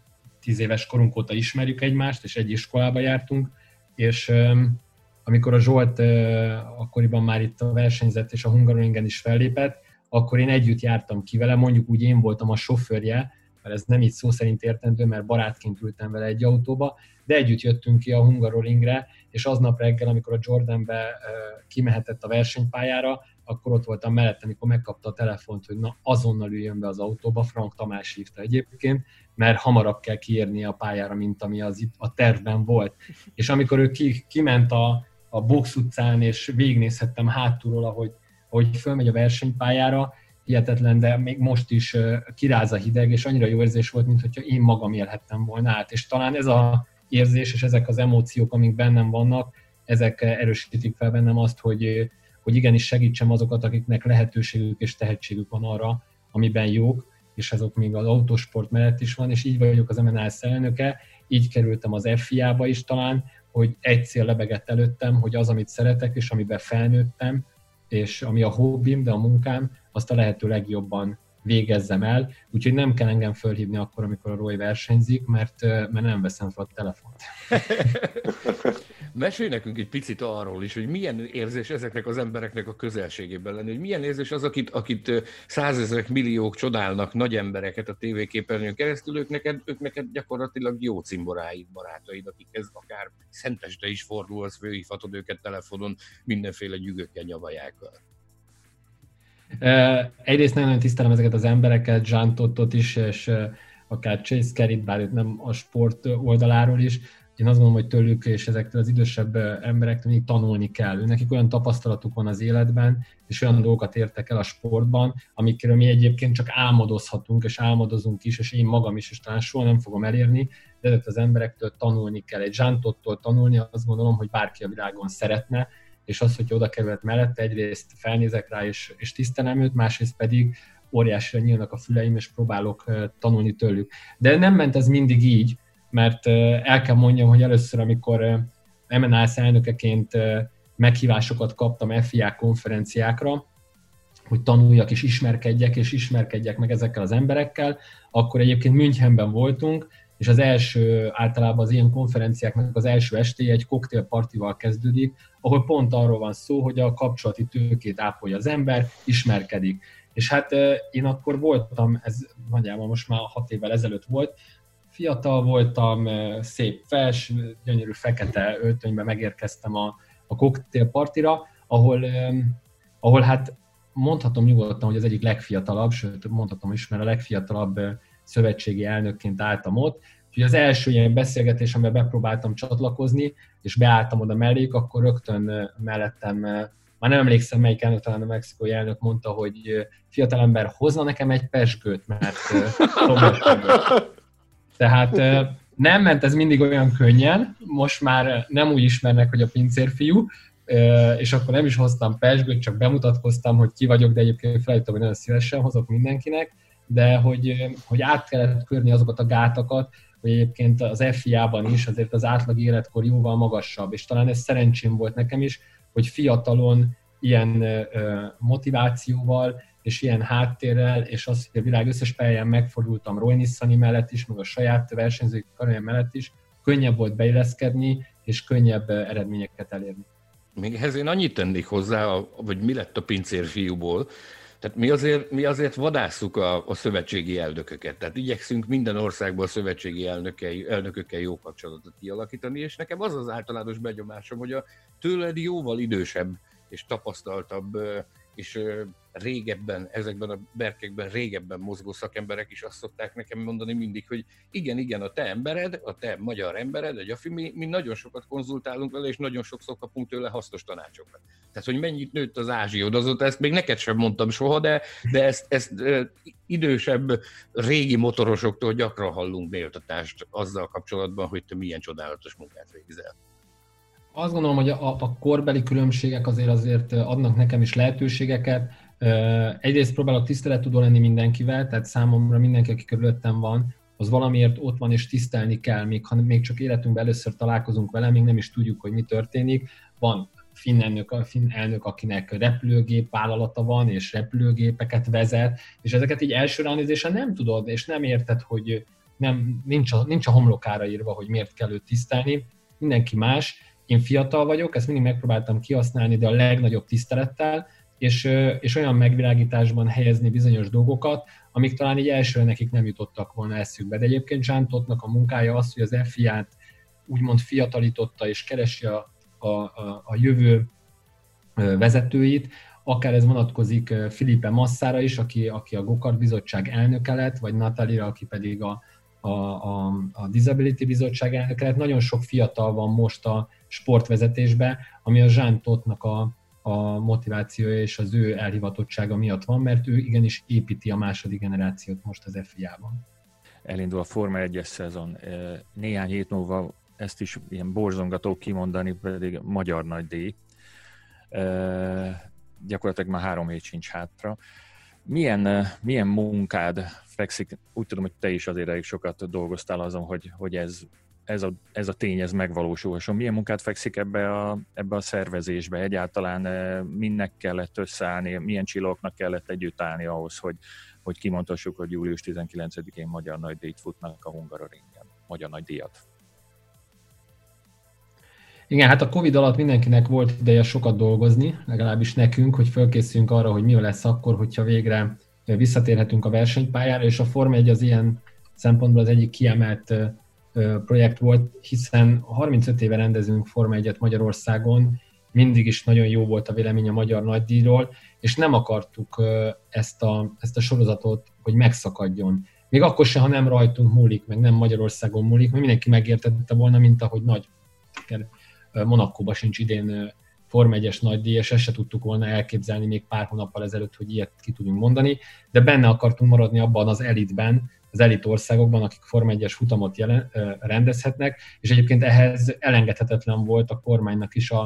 10 éves korunk óta ismerjük egymást, és egy iskolába jártunk, és amikor a Zsolt akkoriban már itt a versenyzett, és a Hungaroringen is fellépett, akkor én együtt jártam ki vele, mondjuk úgy én voltam a sofőrje, mert ez nem így szó szerint értendő, mert barátként ültem vele egy autóba, de együtt jöttünk ki a Hungaroringre, és aznap reggel, amikor a Jordanbe kimehetett a versenypályára, akkor ott voltam mellette, amikor megkapta a telefont, hogy na azonnal üljön be az autóba, Frank Tamás hívta egyébként, mert hamarabb kell kiérnie a pályára, mint ami az itt a tervben volt. És amikor ő kiment a Box utcán, és végignézhettem hátulról, ahogy fölmegy a versenypályára, hihetetlen, de még most is kiráz a hideg, és annyira jó érzés volt, mint hogyha én magam élhettem volna át. És talán ez az érzés, és ezek az emóciók, amik bennem vannak, ezek erősítik fel bennem azt, hogy igenis segítsem azokat, akiknek lehetőségük és tehetségük van arra, amiben jók, és azok még az autósport mellett is van, és így vagyok az MNAS elnöke, így kerültem az FIA-ba is talán, hogy egy cél lebegett előttem, hogy az, amit szeretek, és amiben felnőttem, és ami a hobbim, de a munkám, azt a lehető legjobban végezzem el, úgyhogy nem kell engem fölhívni akkor, amikor a Roy versenyzik, mert nem veszem fel a telefont. Mesélj nekünk egy picit arról is, hogy milyen érzés ezeknek az embereknek a közelségében lenni, hogy milyen érzés az, akit százezrek, milliók csodálnak, nagy embereket a tévéképernyőn keresztül, ők neked gyakorlatilag jó cimboráid, barátaid, akikhez akár szenteste is fordulsz, fölhívhatod őket telefonon, mindenféle gyűgökkel, nyavajákkal. Egyrészt nagyon tisztelem ezeket az embereket, Jean Tottot is, és akár Chase Carey-t, bár nem a sport oldaláról is. Én azt gondolom, hogy tőlük és ezektől az idősebb emberektől mindig tanulni kell. Nekik olyan tapasztalatuk van az életben, és olyan dolgokat értek el a sportban, amikről mi egyébként csak álmodozhatunk, és álmodozunk is, és én magam is, és talán soha nem fogom elérni, de az emberektől tanulni kell. Egy Jean Totttól tanulni, azt gondolom, hogy bárki a világon szeretne, és az, hogy oda került mellette, egyrészt felnézek rá, és tisztelem őt, másrészt pedig óriásra nyílnak a füleim, és próbálok tanulni tőlük. De nem ment ez mindig így, mert el kell mondjam, hogy először, amikor MNAS elnökeként meghívásokat kaptam FIA konferenciákra, hogy tanuljak és ismerkedjek meg ezekkel az emberekkel, akkor egyébként Münchenben voltunk, és az első, általában az ilyen konferenciáknak az első estéje egy koktélpartival kezdődik, ahol pont arról van szó, hogy a kapcsolati tőkét ápolja az ember, ismerkedik. És hát én akkor voltam, ez nagyjából most már 6 évvel ezelőtt volt, fiatal voltam, szép fels, gyönyörű fekete öltönyben megérkeztem a koktélpartira, ahol hát mondhatom nyugodtan, hogy az egyik legfiatalabb, sőt mondhatom is, mert a legfiatalabb szövetségi elnökként álltam ott. Úgyhogy az első ilyen beszélgetés, amiben bepróbáltam csatlakozni, és beálltam oda melléjük, akkor rögtön mellettem, már nem emlékszem melyik elnök, talán a mexikói elnök mondta, hogy fiatalember, hozna nekem egy pezsgőt, mert tehát nem ment ez mindig olyan könnyen, most már nem úgy ismernek, hogy a pincérfiú, és akkor nem is hoztam pezsgőt, csak bemutatkoztam, hogy ki vagyok, de egyébként felejtettem, hogy nagyon szívesen hozok mindenkinek, de hogy át kellett körni azokat a gátakat, hogy egyébként az FIA-ban is azért az átlag életkor jóval magasabb, és talán ez szerencsém volt nekem is, hogy fiatalon ilyen motivációval és ilyen háttérrel, és az, hogy a világ összes pályán megfordultam Roy Nissany mellett is, meg a saját versenyzői karrier mellett is, könnyebb volt beilleszkedni, és könnyebb eredményeket elérni. Még ehhez én annyit tennék hozzá, hogy mi lett a pincérfiúból. Tehát mi azért vadásszuk a szövetségi elnököket. Tehát igyekszünk minden országból szövetségi elnökökkel jó kapcsolatot kialakítani, és nekem az az általános benyomásom, hogy a tőled jóval idősebb és tapasztaltabb és régebben, ezekben a berkekben régebben mozgó szakemberek is azt szokták nekem mondani mindig, hogy igen, a te embered, a te magyar embered, a Gyafi, mi nagyon sokat konzultálunk vele, és nagyon sokszor kapunk tőle hasznos tanácsokat. Tehát, hogy mennyit nőtt az ázsiod, azóta ezt még neked sem mondtam soha, de ezt idősebb régi motorosoktól gyakran hallunk méltatást azzal kapcsolatban, hogy te milyen csodálatos munkát végzel. Azt gondolom, hogy a korbeli különbségek azért adnak nekem is lehetőségeket. Egyrészt próbálok tisztelettudó lenni mindenkivel, tehát számomra mindenki, aki körülöttem van, az valamiért ott van és tisztelni kell, még csak életünkben először találkozunk vele, még nem is tudjuk, hogy mi történik. Van finn elnök, akinek repülőgép vállalata van, és repülőgépeket vezet, és ezeket így első ránézésen nem tudod, és nem érted, hogy nincs a homlokára írva, hogy miért kell őt tisztelni. Mindenki más. Én fiatal vagyok, ezt mindig megpróbáltam kihasználni, de a legnagyobb tisztelettel, és olyan megvilágításban helyezni bizonyos dolgokat, amik talán így elsőre nekik nem jutottak volna eszükbe. De egyébként Jean Todt-nak a munkája az, hogy az FIA-t úgymond fiatalította, és keresi a jövő vezetőit, akár ez vonatkozik Felipe Massára is, aki a Go-kart bizottság elnöke lett, vagy Natalie-ra, aki pedig a Disability bizottság elnöke lett. Nagyon sok fiatal van most a sportvezetésben, ami a Jean Todt-nak a motivációja és az ő elhivatottsága miatt van, mert ő igenis építi a második generációt most az FIA-ban. Elindul a Forma 1-es szezon. Néhány hét múlva ezt is ilyen borzongató kimondani, pedig magyar nagydíj. Gyakorlatilag már 3 hét sincs hátra. Milyen munkád fekszik? Úgy tudom, hogy te is azért elég sokat dolgoztál azon, hogy ez a tény, ez megvalósulhasson. Milyen munkát fekszik ebbe a szervezésbe? Egyáltalán mindnek kellett összeállni, milyen csillagoknak kellett együtt állni ahhoz, hogy kimondhassuk, hogy július 19-én magyar nagydíjat futnak a Hungaroringen, magyar nagydíjat? Igen, hát a Covid alatt mindenkinek volt ideje sokat dolgozni, legalábbis nekünk, hogy fölkészüljünk arra, hogy mi lesz akkor, hogyha végre visszatérhetünk a versenypályára, és a Forma 1 az ilyen szempontból az egyik kiemelt projekt volt, hiszen 35 éve rendezünk Forma 1-et Magyarországon, mindig is nagyon jó volt a vélemény a magyar nagydíjról, és nem akartuk ezt a sorozatot, hogy megszakadjon. Még akkor se, ha nem rajtunk múlik, meg nem Magyarországon múlik, mert mindenki megértette volna, mint ahogy nagy Monakóban sincs idén Forma 1-es nagydíj, és ezt se tudtuk volna elképzelni még pár hónappal ezelőtt, hogy ilyet ki tudunk mondani, de benne akartunk maradni abban az elitben, az elit országokban, akik Forma 1-es futamot rendezhetnek, és egyébként ehhez elengedhetetlen volt a kormánynak is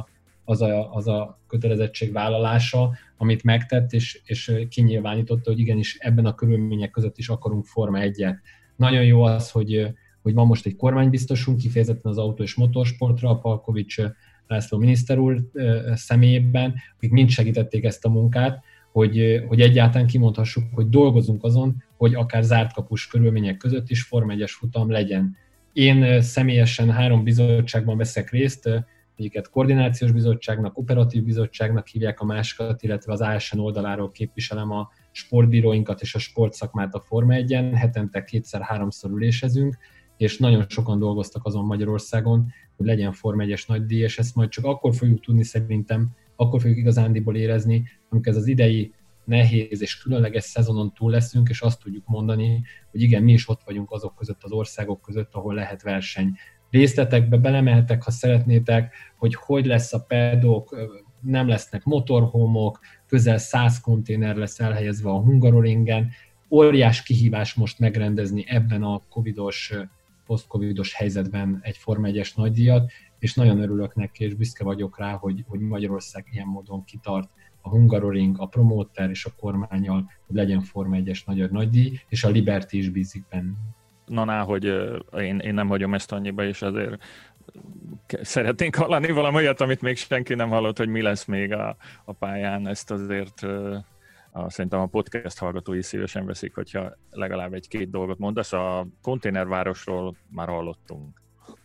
az a kötelezettségvállalása, amit megtett, és kinyilvánította, hogy igenis ebben a körülmények között is akarunk Forma 1-et. Nagyon jó az, hogy van most egy kormánybiztosunk, kifejezetten az autó és motorsportra, a Palkovics László miniszter úr személyében, akik mind segítették ezt a munkát, hogy egyáltalán kimondhassuk, hogy dolgozunk azon, hogy akár zárt kapus körülmények között is Forma 1-es futam legyen. Én személyesen 3 bizottságban veszek részt, egyiket koordinációs bizottságnak, operatív bizottságnak hívják, a másikat, illetve az ASN oldaláról képviselem a sportbíróinkat és a sportszakmát a Forma 1-en, hetente 2-3-szor ülésezünk, és nagyon sokan dolgoztak azon Magyarországon, hogy legyen Forma 1-es nagydíj, és ezt majd csak akkor fogjuk tudni szerintem, akkor fogjuk igazándiból érezni, amikor ez az idei nehéz és különleges szezonon túl leszünk, és azt tudjuk mondani, hogy igen, mi is ott vagyunk azok között, az országok között, ahol lehet verseny. Részletekbe belemehetek, ha szeretnétek, hogy lesz a paddock, nem lesznek motorhomok, közel 100 konténer lesz elhelyezve a Hungaroringen. Óriás kihívás most megrendezni ebben a post-covidos helyzetben egy Forma 1-es nagydíjat, és nagyon örülök neki, és büszke vagyok rá, hogy Magyarország ilyen módon kitart a Hungaroring, a promóter és a kormánnyal, hogy legyen Forma 1-es magyar nagydíj, és a Liberty is bízik benne. Hogy én nem hagyom ezt annyiba, és azért szeretnénk hallani valami olyat, amit még senki nem hallott, hogy mi lesz még a pályán. Ezt azért szerintem a podcast hallgatói szívesen veszik, hogyha legalább 1-2 dolgot mondasz. A konténervárosról már hallottunk.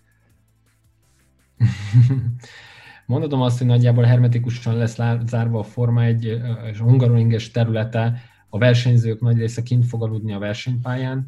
Mondhatom azt, hogy nagyjából hermetikusan lesz zárva a Forma 1 és a Hungaroringes területe, a versenyzők nagy része kint fog aludni a versenypályán,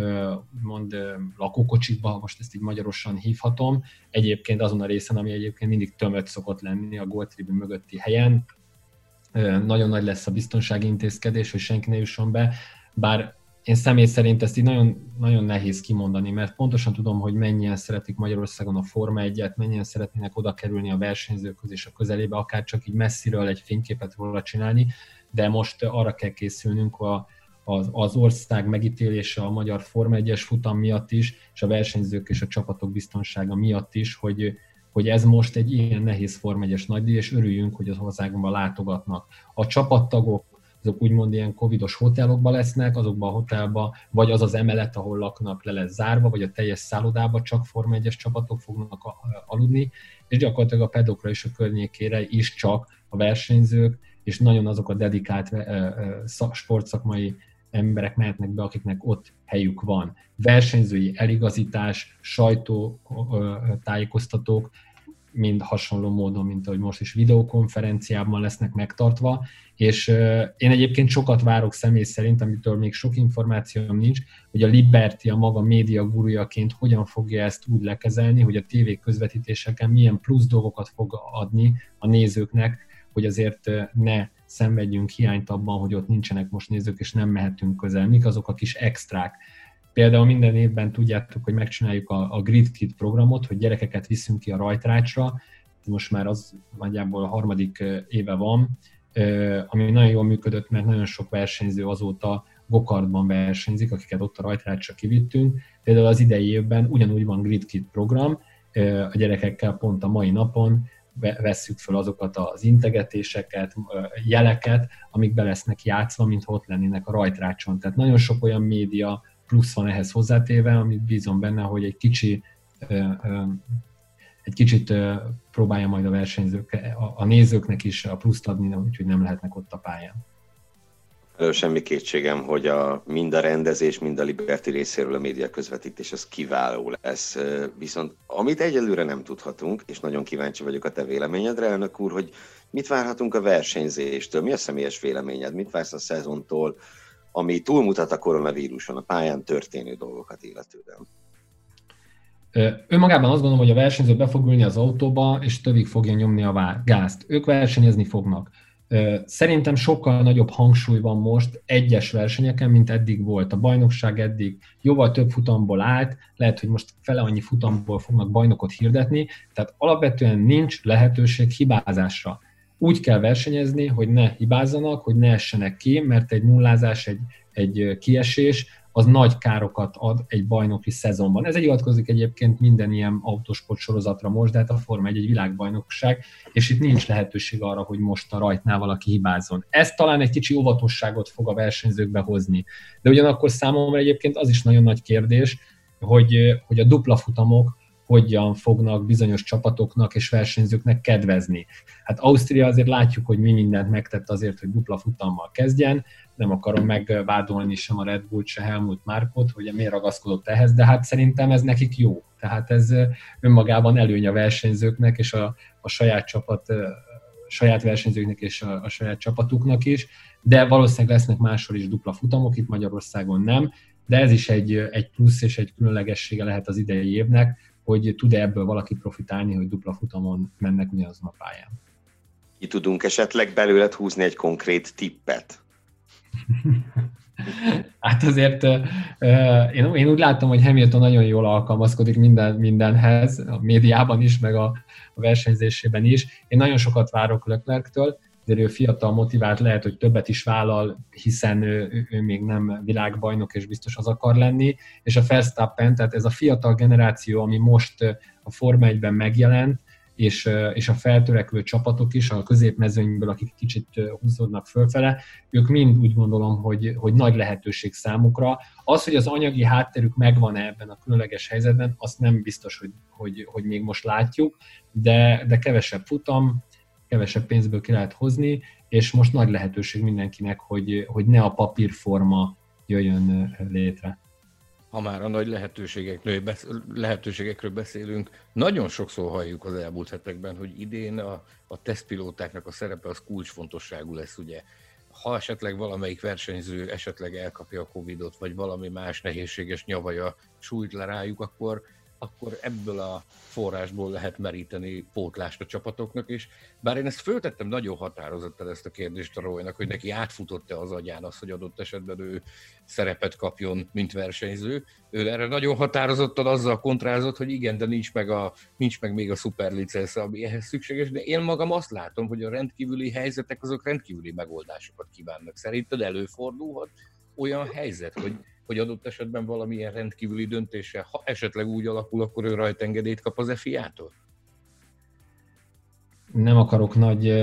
lakókocsikba, ha most ezt így magyarosan hívhatom. Egyébként azon a részen, ami egyébként mindig tömött szokott lenni a góltribün mögötti helyen. Nagyon nagy lesz a biztonsági intézkedés, hogy senki ne jusson be, bár én személy szerint ezt így nagyon, nagyon nehéz kimondani, mert pontosan tudom, hogy mennyien szeretik Magyarországon a Forma 1-et, mennyien szeretnének oda kerülni a versenyzőkhöz és a közelébe, akár csak így messziről egy fényképet róla csinálni, de most arra kell készülnünk az ország megítélése a magyar Forma 1-es futam miatt is, és a versenyzők és a csapatok biztonsága miatt is, hogy ez most egy ilyen nehéz Forma 1-es nagydíj, és örüljünk, hogy az országban látogatnak. A csapattagok azok úgymond ilyen covidos hotelokban lesznek, azokban a hotelban, vagy az emelet, ahol laknak, le lesz zárva, vagy a teljes szállodában csak Forma 1-es csapatok fognak aludni, és gyakorlatilag a paddockra és a környékére is csak a versenyzők, és nagyon azok a dedikált sportszakmai emberek mehetnek be, akiknek ott helyük van. Versenyzői eligazítás, sajtótájékoztatók, mind hasonló módon, mint ahogy most is videokonferenciában lesznek megtartva, és én egyébként sokat várok személy szerint, amitől még sok információm nincs, hogy a Liberty a maga média gurújaként hogyan fogja ezt úgy lekezelni, hogy a TV közvetítéseken milyen plusz dolgokat fog adni a nézőknek, hogy azért ne szenvedjünk hiányt abban, hogy ott nincsenek most nézők, és nem mehetünk közel. Mik azok a kis extrák? Például minden évben tudjátok, hogy megcsináljuk a Grid Kid programot, hogy gyerekeket viszünk ki a rajtrácsra. Most már az nagyjából a 3. éve van, ami nagyon jól működött, mert nagyon sok versenyző azóta gokartban versenyzik, akiket ott a rajtrácsra kivittünk. Például az idei évben ugyanúgy van Grid Kid program, a gyerekekkel pont a mai napon vesszük fel azokat az integetéseket, jeleket, amik be lesznek játszva, mintha ott lennének a rajtrácson. Tehát nagyon sok olyan média plusz van ehhez hozzátéve, amit bízom benne, hogy egy kicsit próbálja majd a versenyzők, a nézőknek is a pluszt adni, úgyhogy nem lehetnek ott a pályán. Semmi kétségem, hogy mind a rendezés, mind a Liberty részéről a média közvetítés az kiváló lesz. Viszont amit egyelőre nem tudhatunk, és nagyon kíváncsi vagyok a te véleményedre, elnök úr, hogy mit várhatunk a versenyzéstől, mi a személyes véleményed, mit vársz a szezontól, ami túlmutat a koronavíruson, a pályán történő dolgokat illetően? Önmagában azt gondolom, hogy a versenyző be fog ülni az autóba, és tövig fogja nyomni a gázt. Ők versenyezni fognak. Szerintem sokkal nagyobb hangsúly van most egyes versenyeken, mint eddig volt. A bajnokság eddig jóval több futamból állt, lehet, hogy most fele annyi futamból fognak bajnokot hirdetni, tehát alapvetően nincs lehetőség hibázásra. Úgy kell versenyezni, hogy ne hibázzanak, hogy ne essenek ki, mert egy nullázás, egy kiesés, az nagy károkat ad egy bajnoki szezonban. Ez hivatkozik egyébként minden ilyen autósport sorozatra most, de hát a Forma 1 egy világbajnokság, és itt nincs lehetőség arra, hogy most a rajtnál valaki hibázzon. Ez talán egy kicsi óvatosságot fog a versenyzőkbe hozni. De ugyanakkor számomra egyébként az is nagyon nagy kérdés, hogy a dupla futamok hogyan fognak bizonyos csapatoknak és versenyzőknek kedvezni. Hát Ausztria azért látjuk, hogy mi mindent megtett azért, hogy dupla futammal kezdjen, nem akarom megvádolni sem a Red Bullt, se Helmut Markot, hogy miért ragaszkodott ehhez, de hát szerintem ez nekik jó. Tehát ez önmagában előny a versenyzőknek és a saját versenyzőknek és a saját csapatuknak is, de valószínűleg lesznek máshol is dupla futamok, itt Magyarországon nem, de ez is egy plusz és egy különlegessége lehet az idei évnek, hogy tud-e ebből valaki profitálni, hogy dupla futamon mennek ugyanazon a pályán. Ki tudunk esetleg belőled húzni egy konkrét tippet? Hát azért én úgy látom, hogy Hamilton nagyon jól alkalmazkodik mindenhez, a médiában is, meg a versenyzésében is. Én nagyon sokat várok Leclerctől, de ő fiatal, motivált, lehet, hogy többet is vállal, hiszen ő még nem világbajnok, és biztos az akar lenni, és a Verstappen, tehát ez a fiatal generáció, ami most a Forma 1-ben megjelent, és a feltörekvő csapatok is, a középmezőnyből, akik kicsit húzódnak fölfele, ők mind úgy gondolom, hogy nagy lehetőség számukra. Az, hogy az anyagi hátterük megvan-e ebben a különleges helyzetben, azt nem biztos, hogy még most látjuk, de kevesebb futam, kevesebb pénzből ki lehet hozni, és most nagy lehetőség mindenkinek, hogy ne a papírforma jöjjön létre. Ha már a nagy lehetőségekről beszélünk, nagyon sokszor halljuk az elmúlt hetekben, hogy idén a tesztpilótáknak a szerepe az kulcsfontosságú lesz, ugye. Ha esetleg valamelyik versenyző esetleg elkapja a Covid-ot, vagy valami más nehézséges nyavaja sújt le rájuk, akkor ebből a forrásból lehet meríteni pótlást a csapatoknak is. Bár én ezt föltettem nagyon határozottan ezt a kérdést a Roynak, hogy neki átfutott-e az agyán az, hogy adott esetben ő szerepet kapjon, mint versenyző. Ő erre nagyon határozottan azzal kontrázott, hogy igen, de nincs meg még a szuperlicensz, ami ehhez szükséges, de én magam azt látom, hogy a rendkívüli helyzetek azok rendkívüli megoldásokat kívánnak. Szerinted előfordulhat olyan helyzet, hogy adott esetben valamilyen rendkívüli döntése, ha esetleg úgy alakul, akkor ő rajtengedélyt kap az FIA-tól? Nem akarok nagy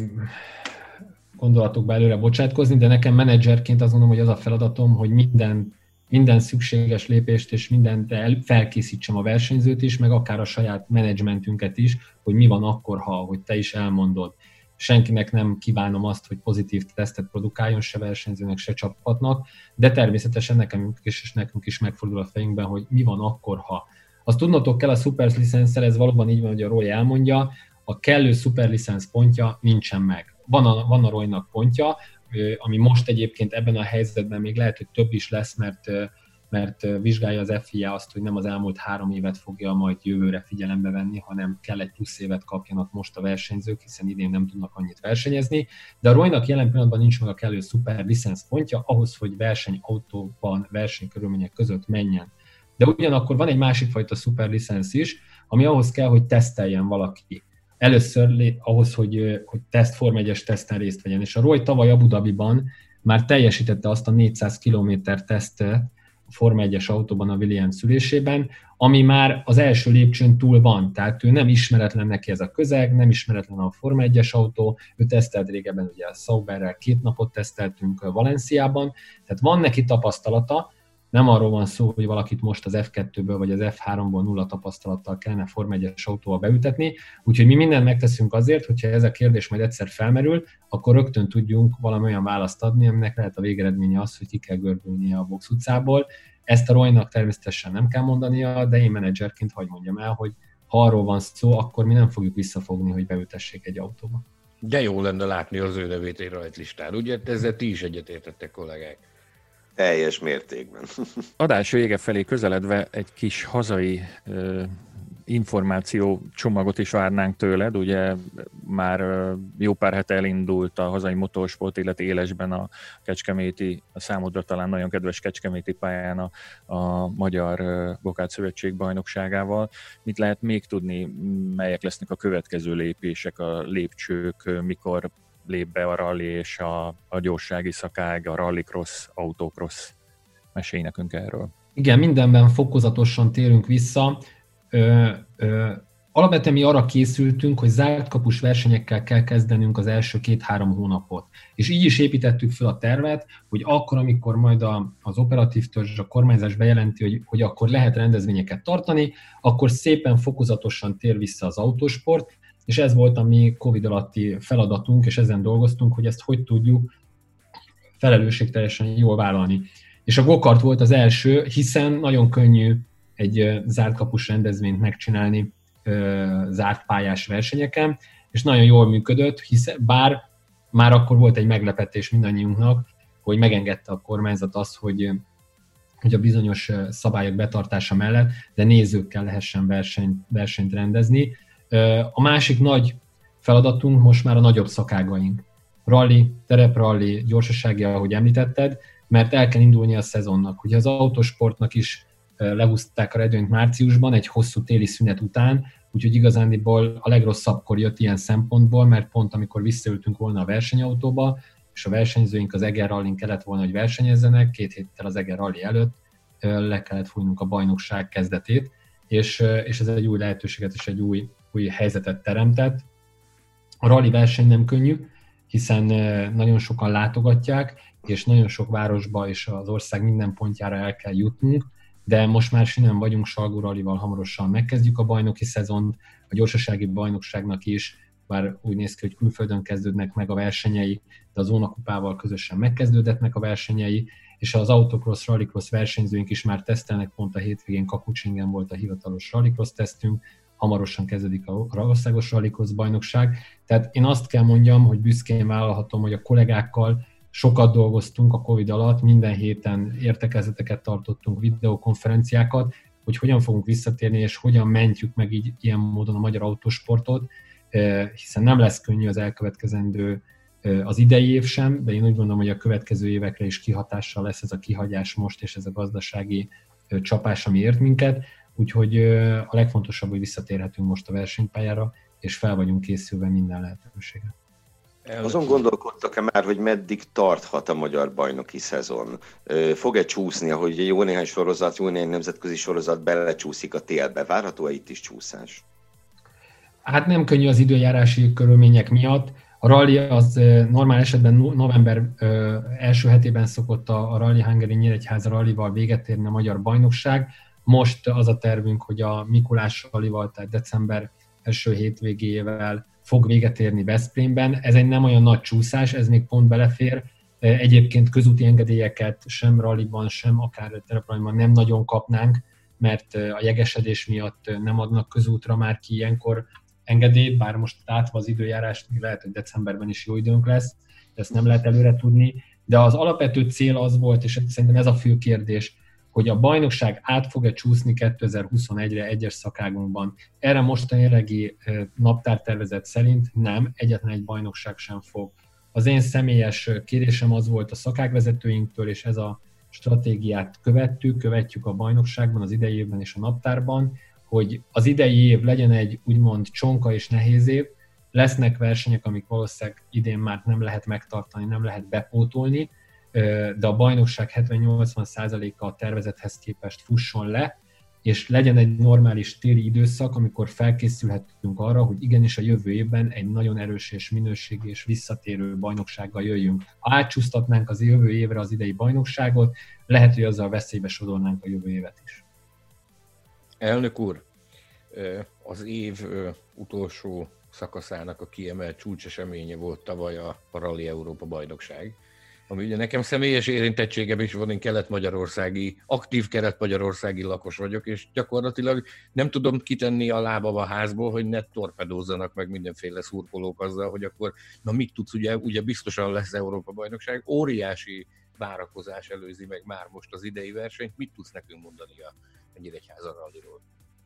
gondolatokba előre bocsátkozni, de nekem menedzserként azt gondolom, hogy az a feladatom, hogy minden szükséges lépést és mindent felkészítsem a versenyzőt is, meg akár a saját menedzsmentünket is, hogy mi van akkor, hogy te is elmondod. Senkinek nem kívánom azt, hogy pozitív tesztet produkáljon, se versenyzőnek, se csapatnak, de természetesen nekünk is megfordul a fejünkben, hogy mi van akkor, ha. Azt tudnotok kell a szuperlicenszel, ez valóban így van, hogy a Roy elmondja, a kellő szuperlicensz pontja nincsen meg. Van a Roynak pontja, ami most egyébként ebben a helyzetben még lehet, hogy több is lesz, mert vizsgálja az FIA azt, hogy nem az elmúlt 3 évet fogja majd jövőre figyelembe venni, hanem kell egy plusz évet kapjanak most a versenyzők, hiszen idén nem tudnak annyit versenyezni. De a Roynak jelen pillanatban nincs meg a kellő szuper licensz pontja ahhoz, hogy versenyautóban, versenykörülmények között menjen. De ugyanakkor van egy másik fajta szuper licensz is, ami ahhoz kell, hogy teszteljen valaki. Először ahhoz, hogy Forma 1-es teszten részt vegyen. És a Roy tavaly Abu Dhabiban már teljesítette azt a 400 km tesztet a Forma 1-es autóban a Williams ülésében, ami már az első lépcsőn túl van. Tehát ő nem ismeretlen neki ez a közeg, nem ismeretlen a Forma 1-es autó, ő tesztelt régebben, ugye a Sauberrel 2 napot teszteltünk Valenciában, tehát van neki tapasztalata. Nem arról van szó, hogy valakit most az F2-ből vagy az F3-ból 0 tapasztalattal kellene Forma 1-es autóval beültetni, úgyhogy mi mindent megteszünk azért, hogyha ez a kérdés majd egyszer felmerül, akkor rögtön tudjunk valami olyan választ adni, aminek lehet a végeredménye az, hogy ki kell görbülnie a box utcából. Ezt a Roynak természetesen nem kell mondania, de én menedzserként hadd mondjam el, hogy ha arról van szó, akkor mi nem fogjuk visszafogni, hogy beültessék egy autóba. De jó lenne látni az ő nevét egy rajtlistán, ugye? Ezzel ti is egyetértettek, kollégák. Teljes mértékben. Adás vége felé közeledve egy kis hazai információ csomagot is várnánk tőled. Ugye már jó pár hete elindult a hazai motorsport, illetve élesben a kecskeméti, a számodra talán nagyon kedves kecskeméti pályán a Magyar Gokart Szövetség bajnokságával. Mit lehet még tudni, melyek lesznek a következő lépések, a lépcsők, mikor lép be a rally és a gyorsági szakág, a rallycross, autocross? Mesélj nekünk erről. Igen, mindenben fokozatosan térünk vissza. Alapvetően mi arra készültünk, hogy zárt kapus versenyekkel kell kezdenünk az első 2-3 hónapot. És így is építettük fel a tervet, hogy akkor, amikor majd az operatív törzs, a kormányzás bejelenti, hogy akkor lehet rendezvényeket tartani, akkor szépen fokozatosan tér vissza az autósport, és ez volt a mi Covid alatti feladatunk, és ezen dolgoztunk, hogy ezt hogy tudjuk felelősségteljesen jól vállalni. És a go-kart volt az első, hiszen nagyon könnyű egy zárt kapus rendezvényt megcsinálni zárt pályás versenyeken, és nagyon jól működött, bár már akkor volt egy meglepetés mindannyiunknak, hogy megengedte a kormányzat azt, hogy a bizonyos szabályok betartása mellett, de nézőkkel lehessen versenyt rendezni. A másik nagy feladatunk most már a nagyobb szakágaink. Rally, tereprally, gyorsasági, ahogy említetted, mert el kell indulni a szezonnak. Ugye az autósportnak is lehúzták a redőnyt márciusban, egy hosszú téli szünet után, úgyhogy igazándiból a legrosszabbkor jött ilyen szempontból, mert pont amikor visszaültünk volna a versenyautóba, és a versenyzőink az Eger Rallyn kellett volna, hogy versenyezzenek, 2 héttel az Eger Rally előtt le kellett fújnunk a bajnokság kezdetét, és ez egy új lehetőséget és egy új helyzetet teremtett. A rally verseny nem könnyű, hiszen nagyon sokan látogatják, és nagyon sok városba és az ország minden pontjára el kell jutnunk, de most már innen vagyunk, Salgó Rallyval hamarosan megkezdjük a bajnoki szezont, a gyorsasági bajnokságnak is, bár úgy néz ki, hogy külföldön kezdődnek meg a versenyei, de a zónakupával közösen megkezdődhetnek a versenyei, és az autocross, rallycross versenyzőink is már tesztelnek, pont a hétvégén Kapucsingen volt a hivatalos rallycross tesztünk, hamarosan kezdődik a országos rallycross bajnokság. Tehát én azt kell mondjam, hogy büszkén vállalhatom, hogy a kollégákkal sokat dolgoztunk a Covid alatt, minden héten értekezleteket tartottunk, videokonferenciákat, hogy hogyan fogunk visszatérni, és hogyan mentjük meg így ilyen módon a magyar autósportot, hiszen nem lesz könnyű az elkövetkezendő az idei év sem, de én úgy gondolom, hogy a következő évekre is kihatással lesz ez a kihagyás most, és ez a gazdasági csapás, ami ért minket. Úgyhogy a legfontosabb, hogy visszatérhetünk most a versenypályára, és fel vagyunk készülve minden lehetőségre. Azon gondolkodtak-e már, hogy meddig tarthat a magyar bajnoki szezon? Fog-e csúszni, ahogy jó néhány sorozat, jó néhány nemzetközi sorozat belecsúszik a télbe? Várható-e itt is csúszás? Hát nem könnyű az időjárási körülmények miatt. A rally az normál esetben november első hetében szokott a Rally Hungary Nyíregyháza rallyval véget érni a magyar bajnokság. Most az a tervünk, hogy a Mikulás rallyval, tehát december első hétvégével fog véget érni Veszprémben. Ez egy nem olyan nagy csúszás, ez még pont belefér. Egyébként közúti engedélyeket sem rallyban, sem akár tereprallyban nem nagyon kapnánk, mert a jegesedés miatt nem adnak közútra már ki ilyenkor engedélyt, bár most átva az időjárás, lehet, hogy decemberben is jó időnk lesz, de ezt nem lehet előre tudni. De az alapvető cél az volt, és szerintem ez a fő kérdés, hogy a bajnokság át fog-e csúszni 2021-re egyes szakágunkban. Erre most a jelenlegi naptártervezet szerint nem, egyetlen egy bajnokság sem fog. Az én személyes kérésem az volt a szakágvezetőinktől, és ez a stratégiát követjük a bajnokságban, az idei évben és a naptárban, hogy az idei év legyen egy úgymond csonka és nehéz év, lesznek versenyek, amik valószínűleg idén már nem lehet megtartani, nem lehet bepótolni, de a bajnokság 70-80%-a a tervezethez képest fusson le, és legyen egy normális téli időszak, amikor felkészülhetünk arra, hogy igenis a jövő évben egy nagyon erős és minőségi és visszatérő bajnoksággal jöjjünk. Ha átcsúsztatnánk az jövő évre az idei bajnokságot, lehet, hogy azzal veszélybe sodornánk a jövő évet is. Elnök úr, az év utolsó szakaszának a kiemelt csúcseseménye volt tavaly a Rally Európa bajnokság, ami ugye nekem személyes érintettségem is van, én aktív kelet-magyarországi lakos vagyok, és gyakorlatilag nem tudom kitenni a lábam a házból, hogy ne torpedózzanak meg mindenféle szurkolók azzal, hogy akkor, na mit tudsz, ugye biztosan lesz Európa-bajnokság, óriási várakozás előzi meg már most az idei versenyt, mit tudsz nekünk mondani a Nyíregyháza rallyról?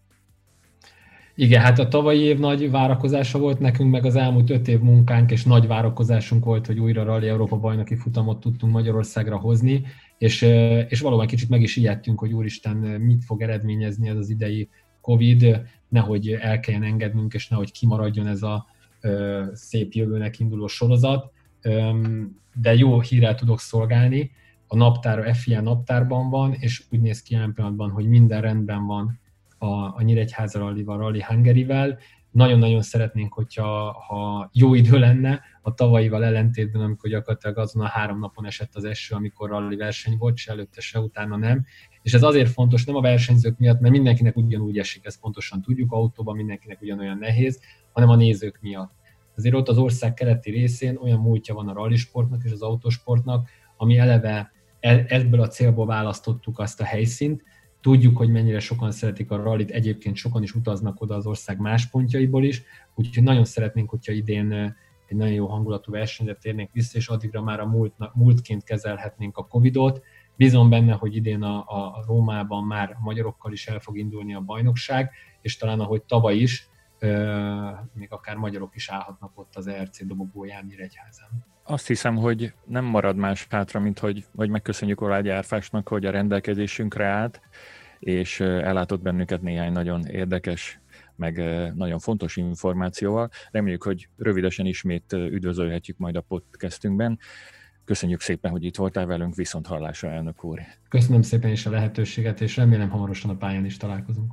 Igen, hát a tavalyi év nagy várakozása volt nekünk, meg az elmúlt 5 év munkánk, és nagy várakozásunk volt, hogy újra Rally Európa bajnoki futamot tudtunk Magyarországra hozni, és valóban kicsit meg is ijedtünk, hogy úristen, mit fog eredményezni ez az idei Covid, nehogy el kelljen engednünk, és nehogy kimaradjon ez a szép jövőnek induló sorozat, de jó hírrel tudok szolgálni. a naptár, a FIA naptárban van, és úgy néz ki jelen pillanatban, hogy minden rendben van a Nyíregyháza Rallyval, Rally Hungary-vel. Nagyon-nagyon szeretnénk, ha jó idő lenne, a tavalyival ellentétben, amikor gyakorlatilag azon a 3 napon esett az eső, amikor rally verseny volt, se előtte, se utána nem. És ez azért fontos, nem a versenyzők miatt, mert mindenkinek ugyanúgy esik, ezt pontosan tudjuk, autóban mindenkinek ugyanolyan nehéz, hanem a nézők miatt. Azért ott az ország keleti részén olyan múltja van a rallisportnak és az autósportnak, ami eleve ebből a célból választottuk azt a helyszínt. Tudjuk, hogy mennyire sokan szeretik a rallit, egyébként sokan is utaznak oda az ország más pontjaiból is, úgyhogy nagyon szeretnénk, hogyha idén egy nagyon jó hangulatú versenyre térnénk vissza, és addigra már a múltként kezelhetnénk a Covid-ot. Bízom benne, hogy idén a Rómában már magyarokkal is el fog indulni a bajnokság, és talán ahogy tavaly is, még akár magyarok is állhatnak ott az ERC dobogóján Nyíregyházán. Azt hiszem, hogy nem marad más hátra, mint hogy megköszönjük Olágy Árpásnak, hogy a rendelkezésünkre állt, és ellátott bennünket néhány nagyon érdekes, meg nagyon fontos információval. Reméljük, hogy rövidesen ismét üdvözölhetjük majd a podcastünkben. Köszönjük szépen, hogy itt voltál velünk, viszont hallásra, elnök úr. Köszönöm szépen is a lehetőséget, és remélem hamarosan a pályán is találkozunk.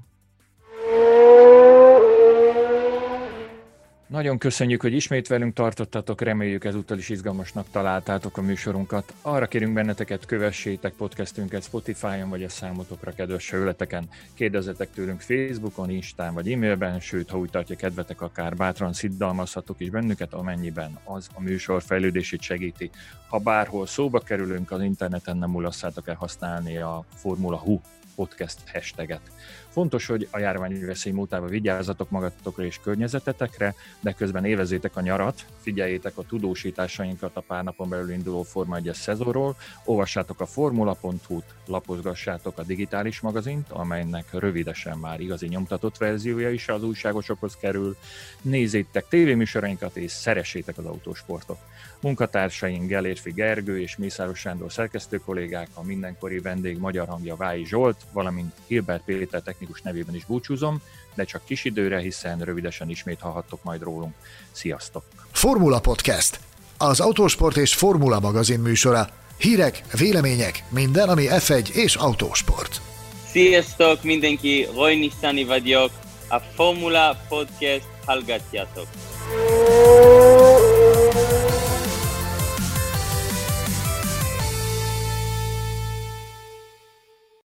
Nagyon köszönjük, hogy ismét velünk tartottatok, reméljük ezúttal is izgalmasnak találtátok a műsorunkat. Arra kérünk benneteket, kövessétek podcastünket Spotify-on vagy a számotokra kedves hőleteken. Kérdezzetek tőlünk Facebookon, Instán vagy e-mailben, sőt, ha úgy tartja kedvetek, akár bátran szidalmazhatok is bennünket, amennyiben az a műsor fejlődését segíti. Ha bárhol szóba kerülünk, az interneten nem mulasszátok el használni a Formula Hu podcast hashtaget. Fontos, hogy a járványveszély múltában vigyázzatok magatokra és környezetetekre, de közben évezzétek a nyarat, figyeljétek a tudósításainkat a pár napon belül induló Forma 1-es szezonról, olvassátok a formula.hu-t, lapozgassátok a digitális magazint, amelynek rövidesen már igazi nyomtatott verziója is az újságosokhoz kerül, nézzétek tévéműsorainkat és szeressétek az autósportot. Munkatársaink Gellérfi Gergő és Mészáros Sándor szerkesztő kollégák, a mindenkori vendég magyar hangja Vályi Zsolt, valamint Hilbert Péter technikus nevében is búcsúzom, de csak kis időre, hiszen rövidesen ismét hallhattok majd rólunk. Sziasztok! Formula Podcast, az autósport és formula magazin műsora. Hírek, vélemények, minden, ami F1 és autósport. Sziasztok mindenki, Roy Nissany vagyok, a Formula Podcast hallgatjátok.